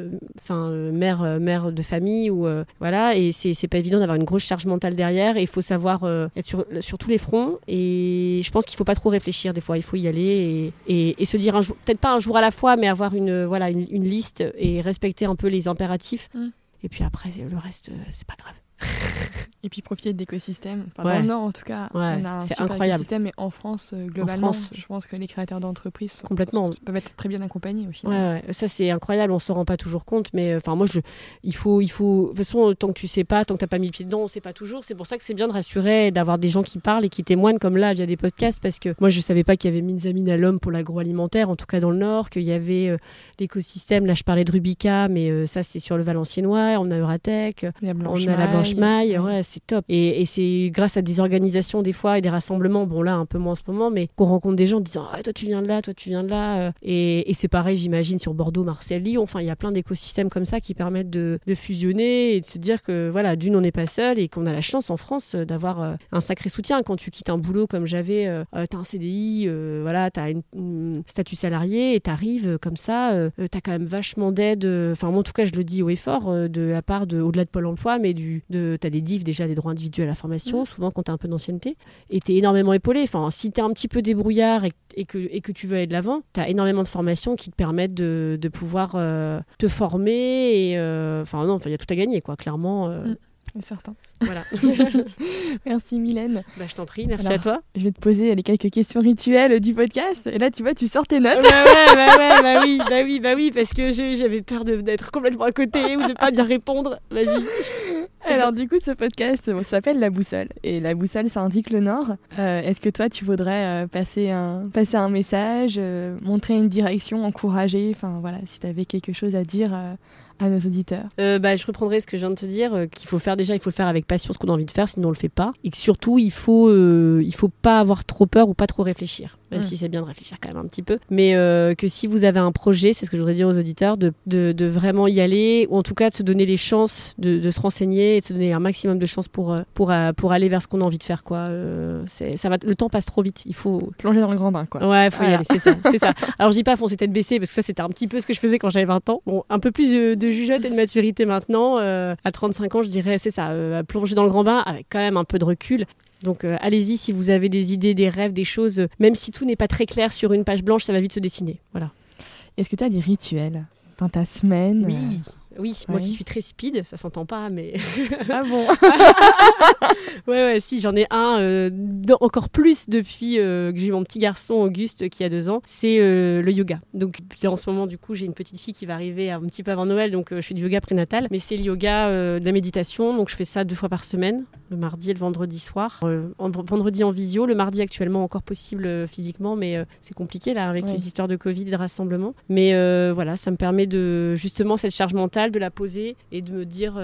mères de famille, ou voilà, et c'est pas évident d'avoir une grosse charge mentale derrière, et il faut savoir être sur tous les fronts, et je pense qu'il faut pas trop réfléchir des fois, il faut y aller et se dire un jour, peut-être pas un jour à la fois, mais avoir une liste et respecter un peu les impératifs, et puis après le reste c'est pas grave. Et puis profiter de l'écosystème. Dans le Nord, en tout cas, on a un super incroyable écosystème, mais en France, globalement, je pense que les créateurs d'entreprises peuvent être très bien accompagnés au final. Ouais, ça c'est incroyable, on s'en rend pas toujours compte, mais moi, il faut, de toute façon, tant que tu sais pas, tant que t'as pas mis le pied dedans, on sait pas toujours. C'est pour ça que c'est bien de rassurer, d'avoir des gens qui parlent et qui témoignent, comme là, via des podcasts, parce que moi, je savais pas qu'il y avait Minzamine à l'homme pour l'agroalimentaire, en tout cas dans le Nord, qu'il y avait l'écosystème. Là, je parlais de Rubica, mais ça, c'est sur le Valenciennois, on a Euratech, on a la Blanche Maille, c'est top. Et c'est grâce à des organisations des fois et des rassemblements, bon là un peu moins en ce moment, mais qu'on rencontre des gens en disant toi tu viens de là, toi tu viens de là, et c'est pareil, j'imagine, sur Bordeaux, Marseille, Lyon. Enfin, il y a plein d'écosystèmes comme ça qui permettent de fusionner et de se dire que voilà, d'une, on n'est pas seul, et qu'on a la chance en France d'avoir un sacré soutien. Quand tu quittes un boulot comme j'avais, t'as un CDI, voilà, t'as un statut salarié, et t'arrives comme ça, t'as quand même vachement d'aide, enfin moi en tout cas je le dis haut et fort, de la part au-delà de Pôle emploi, mais t'as des DIF, déjà des droits individuels à la formation, souvent quand t'as un peu d'ancienneté, et t'es énormément épaulé. Enfin, si t'es un petit peu débrouillard et que tu veux aller de l'avant, t'as énormément de formations qui te permettent de pouvoir te former, et il y a tout à gagner, quoi, clairement. C'est certain. Voilà. Merci Mylène. Je t'en prie, merci à toi. Je vais te poser les quelques questions rituelles du podcast. Et là, tu vois, tu sors tes notes. Bah oui, parce que j'avais peur d'être complètement à côté ou de pas bien répondre. Vas-y. Alors du coup, ce podcast ça s'appelle La Boussole. Et la boussole, ça indique le Nord. Est-ce que toi, tu voudrais passer un message, montrer une direction, encourager, enfin voilà, si tu avais quelque chose à dire à nos auditeurs? Je reprendrai ce que je viens de te dire, qu'il faut faire déjà, il faut le faire avec passion, ce qu'on a envie de faire, sinon on le fait pas. Et que surtout, il faut pas avoir trop peur ou pas trop réfléchir, même si c'est bien de réfléchir quand même un petit peu. Mais que si vous avez un projet, c'est ce que je voudrais dire aux auditeurs, de vraiment y aller, ou en tout cas de se donner les chances de se renseigner et de se donner un maximum de chances pour aller vers ce qu'on a envie de faire, quoi. Le temps passe trop vite, il faut plonger dans le grand bain, quoi. Ouais, faut y aller, c'est ça. Alors je dis pas foncer tête baissée, parce que ça c'était un petit peu ce que je faisais quand j'avais 20 ans. Bon, un peu plus de jugeote et de maturité maintenant. À 35 ans, je dirais, c'est ça, plonger dans le grand bain avec quand même un peu de recul. Donc allez-y, si vous avez des idées, des rêves, des choses, même si tout n'est pas très clair sur une page blanche, ça va vite se dessiner. Voilà. Est-ce que tu as des rituels dans ta semaine? Oui, moi qui suis très speed, ça s'entend pas, mais... Ah bon? Ouais, si, j'en ai un, encore plus depuis que j'ai mon petit garçon Auguste qui a 2 ans, c'est le yoga. Donc en ce moment, du coup, j'ai une petite fille qui va arriver un petit peu avant Noël, donc je fais du yoga prénatal, mais c'est le yoga, de la méditation, donc je fais ça 2 fois par semaine, le mardi et le vendredi soir. Vendredi en visio, le mardi actuellement encore possible physiquement, mais c'est compliqué là avec les histoires de Covid et de rassemblement. Mais voilà, ça me permet de justement cette charge mentale, de la poser et de me dire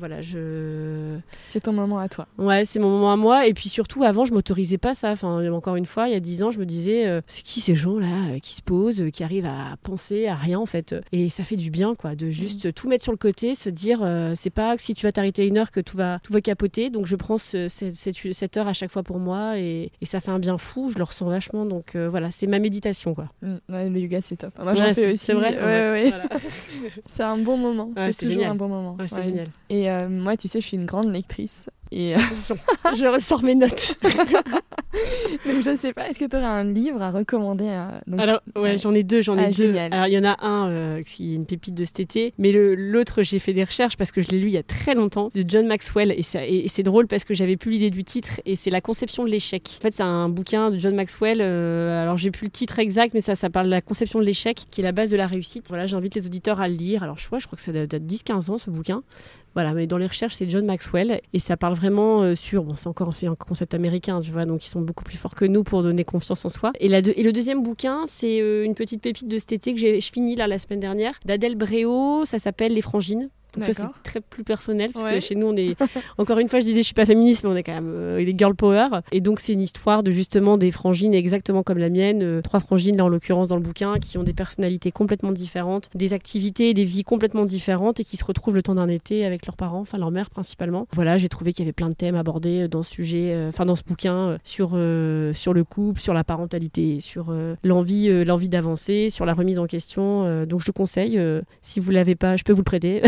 c'est ton moment à toi. Ouais, c'est mon moment à moi. Et puis surtout, avant, je m'autorisais pas ça. Enfin, encore une fois, il y a 10 ans, je me disais, c'est qui ces gens-là qui se posent, qui arrivent à penser à rien en fait. Et ça fait du bien, quoi, de juste tout mettre sur le côté, se dire, c'est pas que si tu vas t'arrêter 1 heure que tout va capoter. Donc je prends cette heure à chaque fois pour moi et ça fait un bien fou. Je le ressens vachement. Donc voilà, c'est ma méditation, quoi. Ouais, le yoga, c'est top. Moi, j'en fais aussi. C'est vrai. Ouais. Voilà. C'est un bon moment. Ouais, c'est toujours génial. un bon moment. Ouais, c'est génial. Et moi, tu sais, je suis une grande lectrice. Et attention, je ressors mes notes. Donc je sais pas, est-ce que tu aurais un livre à recommander Alors j'en ai deux. Génial. Alors il y en a un qui est une pépite de cet été, mais l'autre j'ai fait des recherches parce que je l'ai lu il y a très longtemps, de John Maxwell, et c'est drôle parce que j'avais plus l'idée du titre, et c'est La conception de l'échec. En fait c'est un bouquin de John Maxwell, alors j'ai plus le titre exact, mais ça parle de la conception de l'échec qui est la base de la réussite. Voilà, j'invite les auditeurs à le lire. Alors je crois que ça date 10-15 ans ce bouquin. Voilà, mais dans les recherches, c'est John Maxwell et ça parle vraiment c'est un concept américain, tu vois, donc ils sont beaucoup plus forts que nous pour donner confiance en soi. Et le deuxième bouquin, c'est une petite pépite de cet été que je finis là la semaine dernière, d'Adèle Bréau, ça s'appelle Les Frangines. Donc ça, c'est très plus personnel, parce que chez nous, on est... Encore une fois, je disais, je suis pas féministe, mais on est quand même les girl power. Et donc, c'est une histoire de justement des frangines exactement comme la mienne. 3 frangines, là, en l'occurrence, dans le bouquin, qui ont des personnalités complètement différentes, des activités et des vies complètement différentes et qui se retrouvent le temps d'un été avec leurs parents, enfin leur mère principalement. Voilà, j'ai trouvé qu'il y avait plein de thèmes abordés dans ce bouquin, sur le couple, sur la parentalité, sur l'envie d'avancer, sur la remise en question. Donc, je le conseille. Si vous l'avez pas, je peux vous le prêter.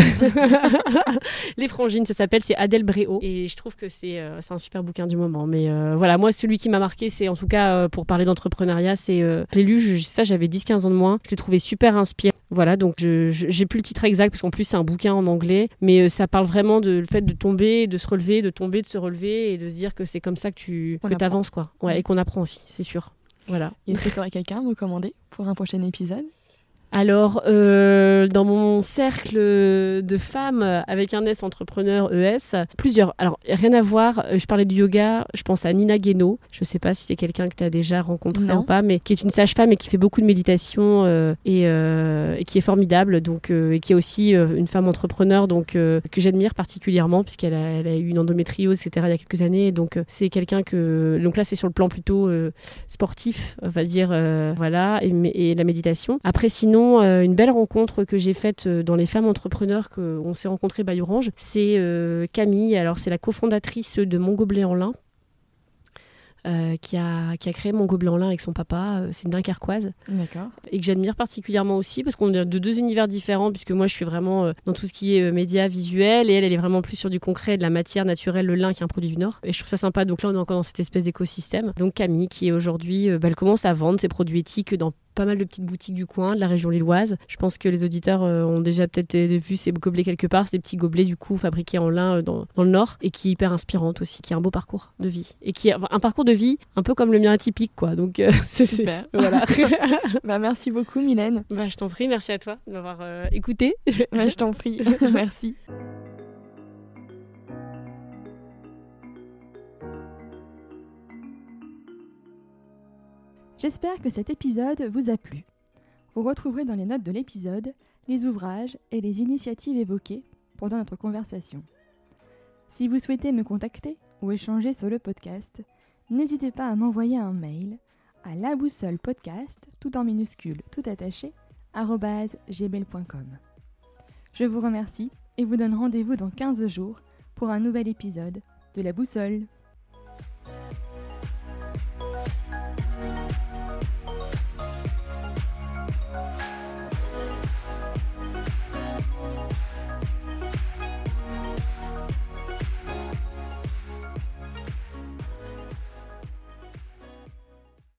Les Frangines, ça s'appelle, c'est Adèle Bréau et je trouve que c'est un super bouquin du moment. Mais voilà, moi celui qui m'a marqué, c'est en tout cas pour parler d'entrepreneuriat, je l'ai lu, j'avais 10-15 ans de moins, je l'ai trouvé super inspirant. Voilà, donc j'ai plus le titre exact parce qu'en plus c'est un bouquin en anglais, mais ça parle vraiment de le fait de tomber, de se relever, de tomber, de se relever et de se dire que c'est comme ça que t'avances, quoi. Ouais, et qu'on apprend aussi, c'est sûr. Voilà. Est-ce que tu aurais quelqu'un à me recommander pour un prochain épisode ? Alors, dans mon cercle de femmes avec un S entrepreneur ES, plusieurs. Alors, rien à voir, je parlais du yoga, je pense à Nina Guénaud. Je ne sais pas si c'est quelqu'un que tu as déjà rencontré ou pas, mais qui est une sage-femme et qui fait beaucoup de méditation et qui est formidable. Donc, et qui est aussi une femme entrepreneur que j'admire particulièrement puisqu'elle a eu une endométriose, etc. il y a quelques années. Donc, c'est quelqu'un que... Donc là, c'est sur le plan plutôt sportif, on va dire, voilà, et la méditation. Après, sinon, une belle rencontre que j'ai faite dans les femmes entrepreneurs qu'on s'est rencontrées by Orange, c'est Camille. Alors c'est la cofondatrice de Mon Gobelet en lin, qui a créé Mon Gobelet en lin avec son papa. C'est une Dunkerquoise. D'accord. Et que j'admire particulièrement aussi parce qu'on est de 2 univers différents, puisque moi je suis vraiment dans tout ce qui est médias visuels et elle est vraiment plus sur du concret, de la matière naturelle, le lin qui est un produit du Nord. Et je trouve ça sympa. Donc là on est encore dans cette espèce d'écosystème. Donc Camille qui est aujourd'hui, elle commence à vendre ses produits éthiques dans pas mal de petites boutiques du coin, de la région lilloise. Je pense que les auditeurs ont déjà peut-être vu ces gobelets quelque part. C'est des petits gobelets du coup fabriqués en lin dans le Nord et qui est hyper inspirante aussi, qui a un beau parcours de vie. Et qui a un parcours de vie un peu comme le mien atypique, quoi. Donc c'est super. Voilà. Merci beaucoup Mylène. Je t'en prie, merci à toi de m'avoir écouté. Je t'en prie, merci. J'espère que cet épisode vous a plu. Vous retrouverez dans les notes de l'épisode les ouvrages et les initiatives évoquées pendant notre conversation. Si vous souhaitez me contacter ou échanger sur le podcast, n'hésitez pas à m'envoyer un mail à laboussolepodcast, tout en minuscules, tout attaché, @gmail.com. Je vous remercie et vous donne rendez-vous dans 15 jours pour un nouvel épisode de La Boussole.